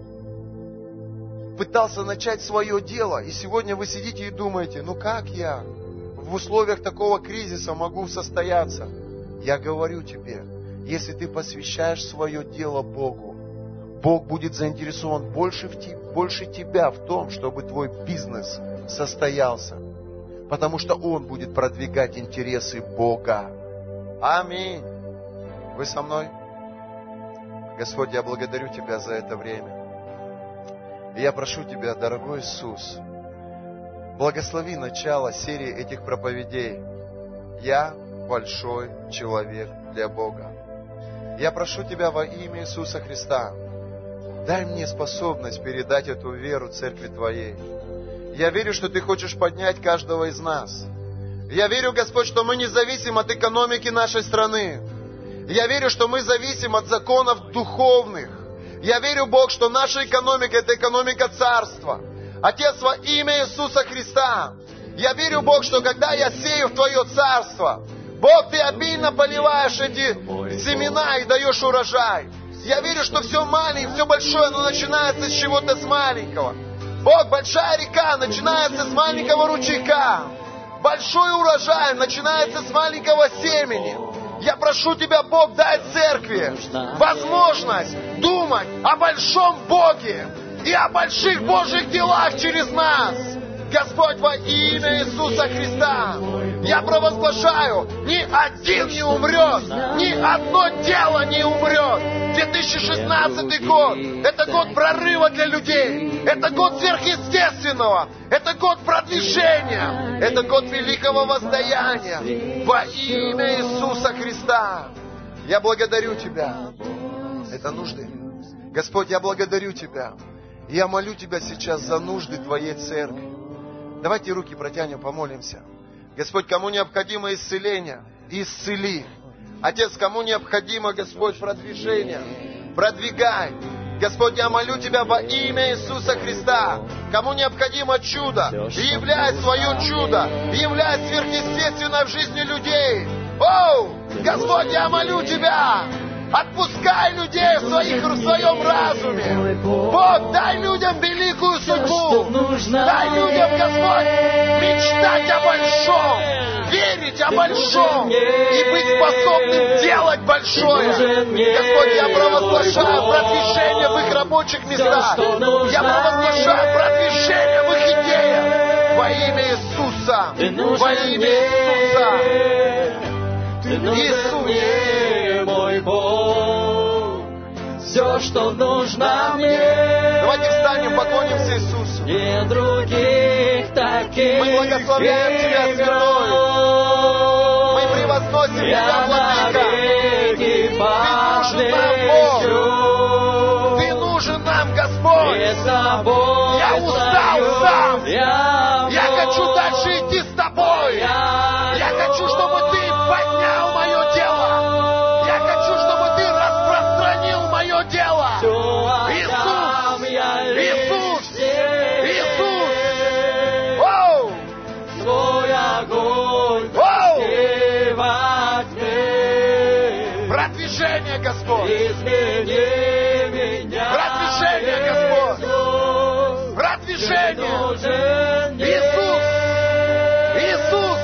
пытался начать свое дело, и сегодня вы сидите и думаете, ну как я в условиях такого кризиса могу состояться? Я говорю тебе, если ты посвящаешь свое дело Богу, Бог будет заинтересован больше, в те, больше тебя в том, чтобы твой бизнес состоялся. Потому что Он будет продвигать интересы Бога. Аминь. Вы со мной? Господь, я благодарю Тебя за это время. И я прошу Тебя, дорогой Иисус, благослови начало серии этих проповедей. Я большой человек для Бога. Я прошу Тебя во имя Иисуса Христа, дай мне способность передать эту веру Церкви Твоей. Я верю, что Ты хочешь поднять каждого из нас. Я верю, Господь, что мы не зависим от экономики нашей страны. Я верю, что мы зависим от законов духовных. Я верю, Бог, что наша экономика – это экономика Царства. Отец, во имя Иисуса Христа, я верю, Бог, что когда я сею в Твое Царство, Бог, Ты обильно поливаешь эти семена и даешь урожай. Я верю, что все маленькое, все большое, оно начинается с чего-то с маленького. Бог, большая река начинается с маленького ручейка. Большой урожай начинается с маленького семени. Я прошу Тебя, Бог, дай церкви возможность думать о большом Боге и о больших Божьих делах через нас. Господь, во имя Иисуса Христа, я провозглашаю, ни один не умрет, ни одно дело не умрет. две тысячи шестнадцатый год – это год прорыва для людей, это год сверхъестественного, это год продвижения, это год великого воздаяния. Во имя Иисуса Христа я благодарю Тебя. Это нужды. Господь, я благодарю Тебя. Я молю Тебя сейчас за нужды Твоей церкви. Давайте руки протянем, помолимся. Господь, кому необходимо исцеление, исцели. Отец, кому необходимо, Господь, продвижение, продвигай. Господь, я молю Тебя во имя Иисуса Христа. Кому необходимо чудо, являй свое чудо, являй сверхъестественное в жизни людей. О, Господь, я молю Тебя. Отпускай людей в, своих, в своем разуме. Бог, дай людям великую судьбу. Дай людям, Господь, мечтать о большом, верить о большом и быть способным делать большое. Господь, я провозглашаю продвижение в их рабочих местах. Я провозглашаю продвижение в их идеях. Во имя Иисуса. Во имя Иисуса. Иисус. Мой Бог, все, что нужно мне. Давайте встанем, поклонимся Иисусу. Не других таких. Мы благословляем Тебя, Святой. Мы превозносим Тебя, Владыка. Ты нужен нам, Бог. Ты нужен нам, Господь. Я устал сам. Я хочу дальше идти с Тобой. Я хочу, чтобы Ты поднял мое дело. Я хочу, чтобы Ты распространил мое дело. Иисус! Иисус! Иисус! Оу! Свой огонь Оу! возьми. Продвижение, Господь! Измени меня. Продвижение, Господь! Продвижение! Иисус! Иисус!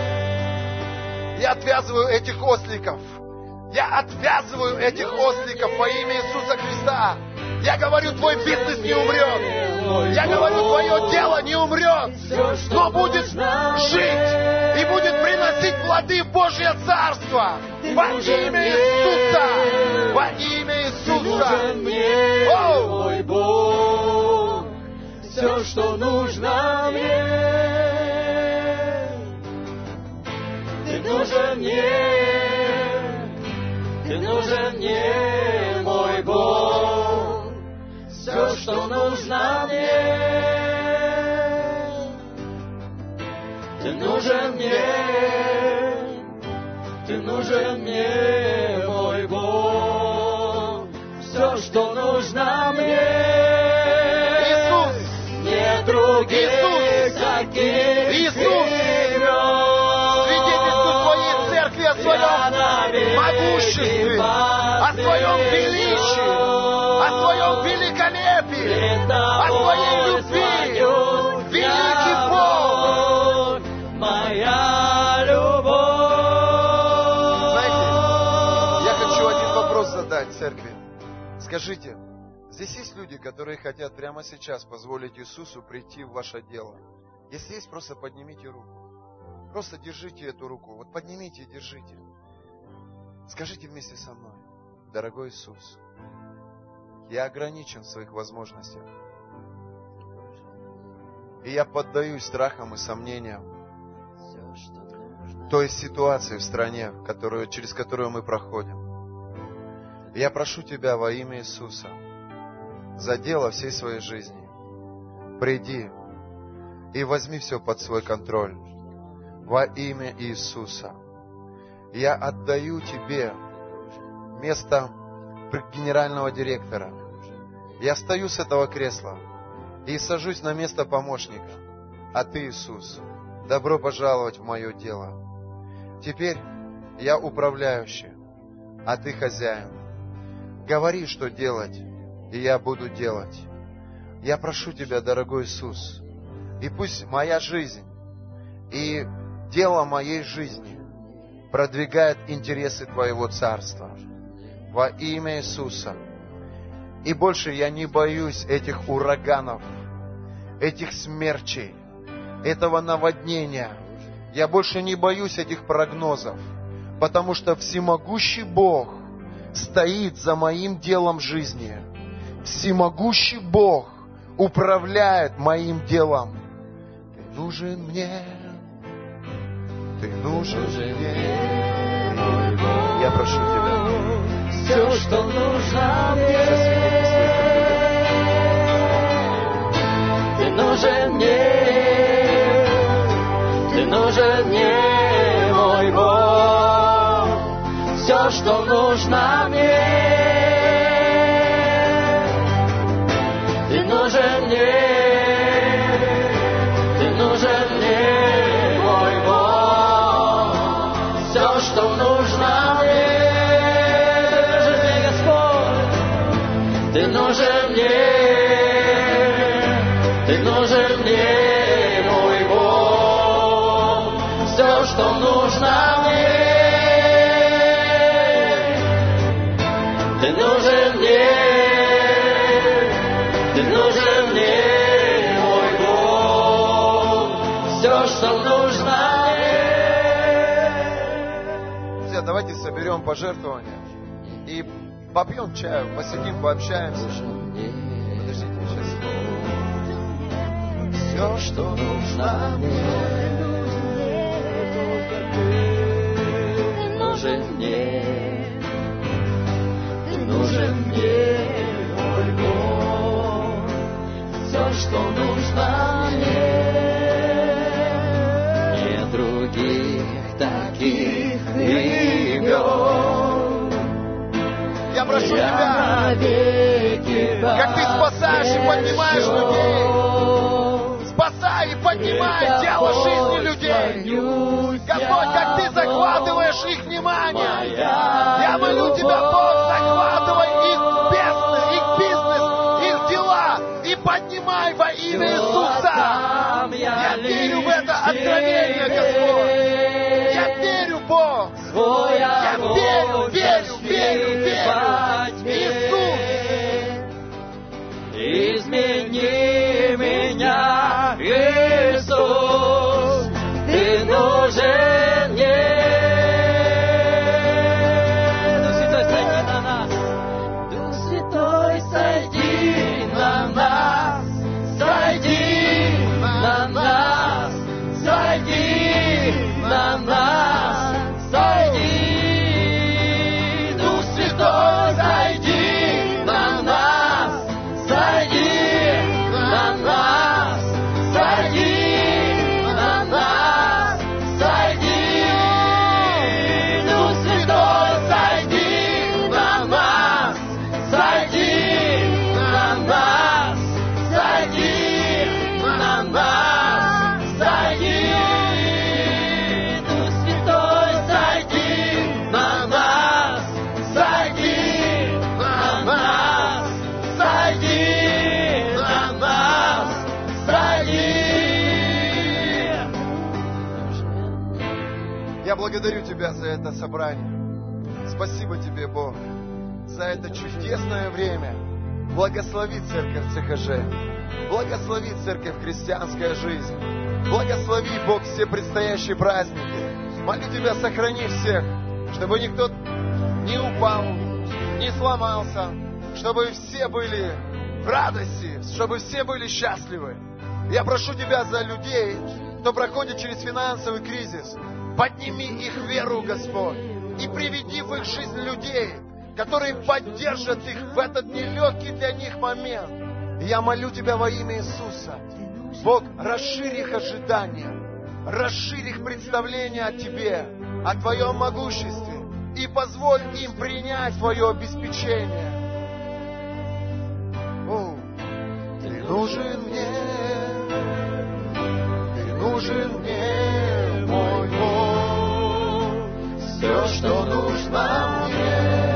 Я отвязываю этих осликов. Я отвязываю этих осликов во имя Иисуса Христа. Я говорю, твой бизнес не умрет. Я говорю, твое дело не умрет, но будет жить и будет приносить плоды в Божье Царство. Во имя Иисуса. Во имя Иисуса. Оу! Мой Бог, все, что нужно мне. Ты нужен мне. Ты нужен мне, мой Бог, все, что нужно мне. Ты нужен мне, ты нужен мне, мой Бог, все, что нужно мне. Иисус! Нет других Иисус! таких Иисус! О своем могуществе, о своем величии, о своем великолепии, о своей любви. Великий Бог! Моя любовь. Знаете, я хочу один вопрос задать церкви. Скажите, здесь есть люди, которые хотят прямо сейчас позволить Иисусу прийти в ваше дело? Если есть, просто поднимите руку. Просто держите эту руку. Вот поднимите и держите. Скажите вместе со мной: дорогой Иисус, я ограничен в своих возможностях. И я поддаюсь страхам и сомнениям той ситуации в стране, которую, через которую мы проходим. Я прошу Тебя во имя Иисуса, за дело всей своей жизни, приди и возьми все под свой контроль. Во имя Иисуса. Я отдаю Тебе место генерального директора. Я встаю с этого кресла и сажусь на место помощника. А Ты, Иисус, добро пожаловать в мое дело. Теперь я управляющий, а Ты хозяин. Говори, что делать, и я буду делать. Я прошу Тебя, дорогой Иисус, и пусть моя жизнь и дело моей жизни продвигает интересы Твоего Царства. Во имя Иисуса. И больше я не боюсь этих ураганов, этих смерчей, этого наводнения. Я больше не боюсь этих прогнозов, потому что всемогущий Бог стоит за моим делом жизни. Всемогущий Бог управляет моим делом. Ты нужен мне, Ты нужен мне. Я прошу Тебя. Все, что нужно мне. Ты нужен мне. Ты нужен мне, мой Бог. Все, что нужно мне. Ты нужен мне. Ты нужен мне, мой Бог. Все, что нужно мне. Ты нужен мне, Ты нужен мне, мой Бог, все, что нужно мне. Ты нужен мне, Ты нужен мне, мой Бог, все, что нужно мне. Друзья, давайте соберем пожертвования и попьем чаю, посидим, пообщаемся. Подождите, сейчас. Все, что нужно мне. Ты нужен мне, Ты нужен мне, мой Бог, все, что нужно мне. Нет других таких имен. Я прошу Тебя, как Ты спасаешь и поднимаешь людей. Спасай и поднимай дело жизни людей. Господь, как Ты захватываешь их внимание. Я молю Тебя, Бог, захватывай их бизнес, их бизнес, их дела и поднимай во имя Иисуса. Я верю в это откровение, Господь. Я верю, Бог. Я верю, верю, верю, верю. Иисус. Измени меня, Иисус, Ты нужен мне. Дух Святой, сойди на нас. Дух Святой, сойди на нас, сойди на нас, сойди на нас, сойди. Дух Святой, сойди на нас, сойди на нас, сойди на нас, сойди. Дух Святой, сойди на нас, сойди на нас, сойди на нас, сойди. Дух Святой, сойди на нас, сойди на нас, сойди на нас, сойди. Я благодарю Тебя за это собрание. Спасибо Тебе, Бог, за это чудесное время. Благослови церковь ЦХЖ. Благослови церковь христианская жизнь. Благослови, Бог, все предстоящие праздники. Молю Тебя, сохрани всех, чтобы никто не упал, не сломался, чтобы все были в радости, чтобы все были счастливы. Я прошу Тебя за людей, кто проходит через финансовый кризис. Подними их веру, Господь, и приведи в их жизнь людей, которые поддержат их в этот нелегкий для них момент. И я молю Тебя во имя Иисуса. Бог, расширь их ожидания, расширь их представление о Тебе, о Твоем могуществе, и позволь им принять Твое обеспечение. О, нужен мне, Ты нужен мне, мой Бог, все, что нужно мне.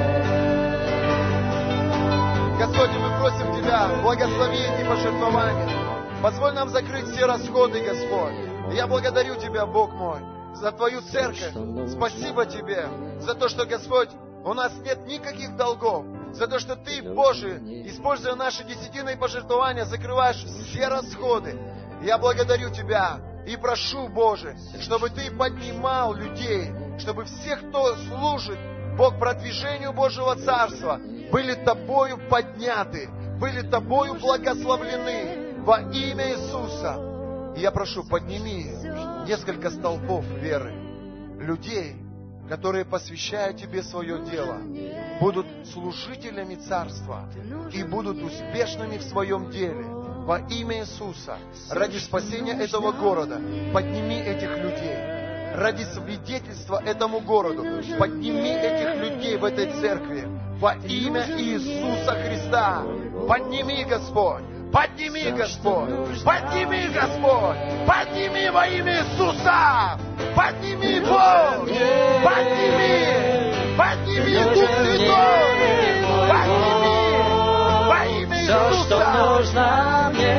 Господь, мы просим Тебя, благослови эти пожертвования. Позволь нам закрыть все расходы, Господь. И я благодарю Тебя, Бог мой, за Твою церковь. Спасибо Тебе за то, что, Господь, у нас нет никаких долгов. За то, что Ты, Боже, используя наши десятины и пожертвования, закрываешь все расходы. Я благодарю Тебя и прошу, Боже, чтобы Ты поднимал людей, чтобы все, кто служит, Бог, продвижению Божьего Царства, были Тобою подняты, были Тобою благословлены во имя Иисуса. И я прошу, подними несколько столпов веры, людей, которые, посвящая Тебе свое дело, будут служителями Царства и будут успешными в своем деле. Во имя Иисуса, ради спасения этого города, подними этих людей. Ради свидетельства этому городу, подними этих людей в этой церкви. Во имя Иисуса Христа. Подними, Господь. Подними, Господь. Подними, Господь. Подними во имя Иисуса. Подними, Бог. Подними. Подними, Дух Святой. Подними во имя Иисуса. Все, что нужно мне.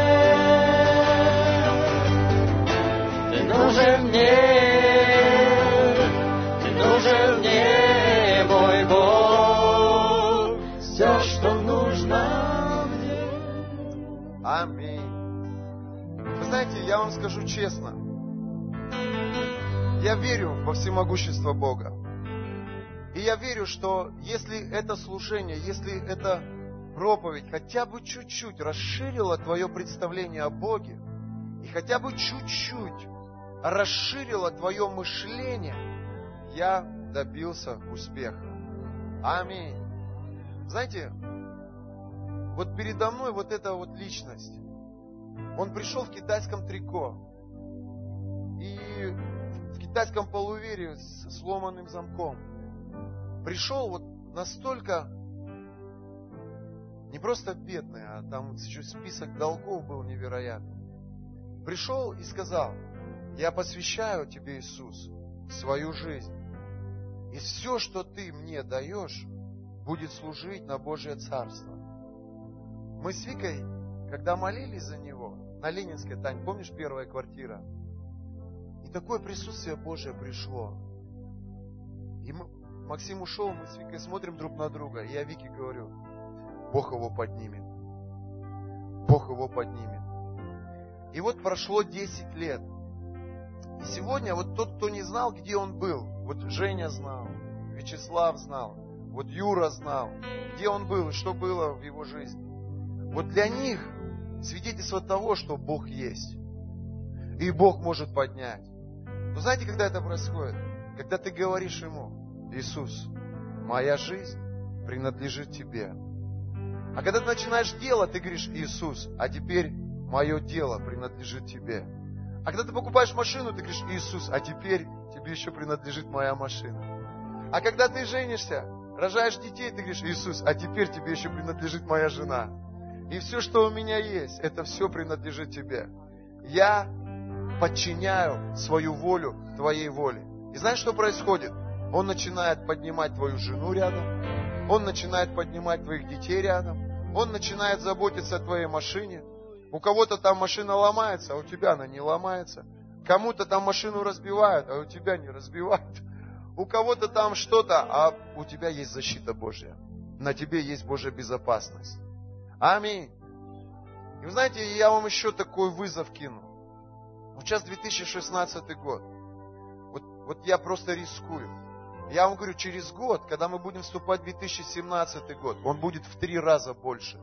Ты нужен мне. Ты нужен мне, мой Бог. Все, что нужно мне. Аминь. Вы знаете, я вам скажу честно. Я верю во всемогущество Бога. И я верю, что если это служение, если это проповедь хотя бы чуть-чуть расширила твое представление о Боге, и хотя бы чуть-чуть расширила твое мышление, я добился успеха. Аминь. Знаете, вот передо мной вот эта вот личность. Он пришел в китайском трико. И в китайском полувере с сломанным замком. Пришел вот настолько не просто бедный, а там еще список долгов был невероятный. Пришел и сказал: я посвящаю Тебе, Иисус, свою жизнь. И все, что Ты мне даешь, будет служить на Божье Царство. Мы с Викой, когда молились за него, на Ленинской, Тань, помнишь, первая квартира? И такое присутствие Божие пришло. И мы, Максим ушел, мы с Викой смотрим друг на друга. И я Вике говорю: Бог его поднимет. Бог его поднимет. И вот прошло десять лет. И сегодня вот тот, кто не знал, где он был, вот Женя знал, Вячеслав знал, вот Юра знал, где он был и что было в его жизни. Вот для них свидетельство того, что Бог есть. И Бог может поднять. Но знаете, когда это происходит? Когда ты говоришь Ему: Иисус, моя жизнь принадлежит Тебе. А когда ты начинаешь делать, ты говоришь: Иисус, а теперь мое дело принадлежит Тебе. А когда ты покупаешь машину, ты говоришь: Иисус, а теперь Тебе еще принадлежит моя машина. А когда ты женишься, рожаешь детей, ты говоришь: Иисус, а теперь Тебе еще принадлежит моя жена. И все, что у меня есть, это все принадлежит Тебе. Я подчиняю свою волю Твоей воле. И знаешь, что происходит? Он начинает поднимать твою жену рядом. Он начинает поднимать твоих детей рядом. Он начинает заботиться о твоей машине. У кого-то там машина ломается, а у тебя она не ломается. Кому-то там машину разбивают, а у тебя не разбивают. У кого-то там что-то, а у тебя есть защита Божья. На тебе есть Божья безопасность. Аминь. И вы знаете, я вам еще такой вызов кину. Сейчас две тысячи шестнадцатый год. Вот, вот я просто рискую. Я вам говорю, через год, когда мы будем вступать в две тысячи семнадцатый год, он будет в три раза больше.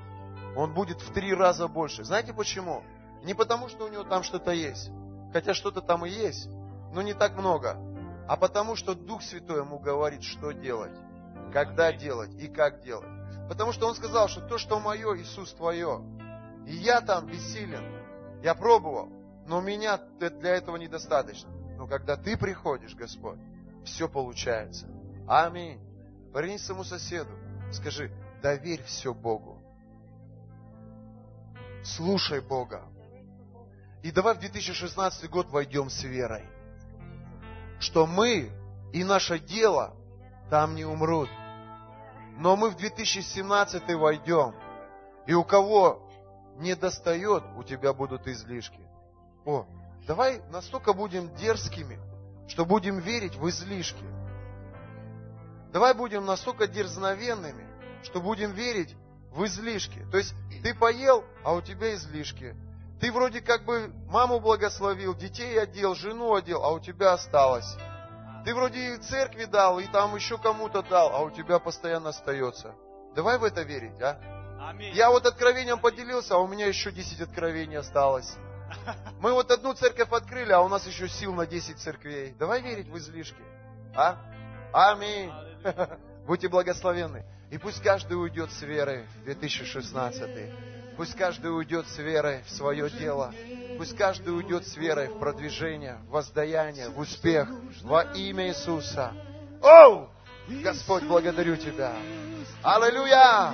Он будет в три раза больше. Знаете почему? Не потому, что у него там что-то есть. Хотя что-то там и есть, но не так много. А потому, что Дух Святой ему говорит, что делать, когда делать и как делать. Потому что он сказал, что то, что мое, Иисус, твое. И я там бессилен. Я пробовал, но у меня для этого недостаточно. Но когда ты приходишь, Господь, все получается. Аминь. Повернись к своему соседу. Скажи: доверь все Богу. Слушай Бога. И давай в две тысячи шестнадцатый год войдем с верой, что мы и наше дело там не умрут. Но мы в две тысячи семнадцатый войдем, и у кого не достает, у тебя будут излишки. О, давай настолько будем дерзкими, что будем верить в излишки. Давай будем настолько дерзновенными, что будем верить в излишки. То есть ты поел, а у тебя излишки. Ты вроде как бы маму благословил, детей одел, жену одел, а у тебя осталось. Ты вроде и церкви дал, и там еще кому-то дал, а у тебя постоянно остается. Давай в это верить, а? Я вот откровением поделился, а у меня еще десять откровений осталось. Мы вот одну церковь открыли, а у нас еще сил на десять церквей. Давай верить в излишки. А? Аминь. Будьте благословенны. И пусть каждый уйдет с верой в две тысячи шестнадцатый. Пусть каждый уйдет с верой в свое дело. Пусть каждый уйдет с верой в продвижение, в воздаяние, в успех. Во имя Иисуса. Оу! Господь, благодарю Тебя. Аллилуйя!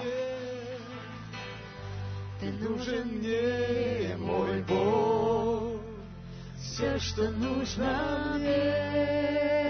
Ты нужен мне, мой Бог, все, что нужно мне.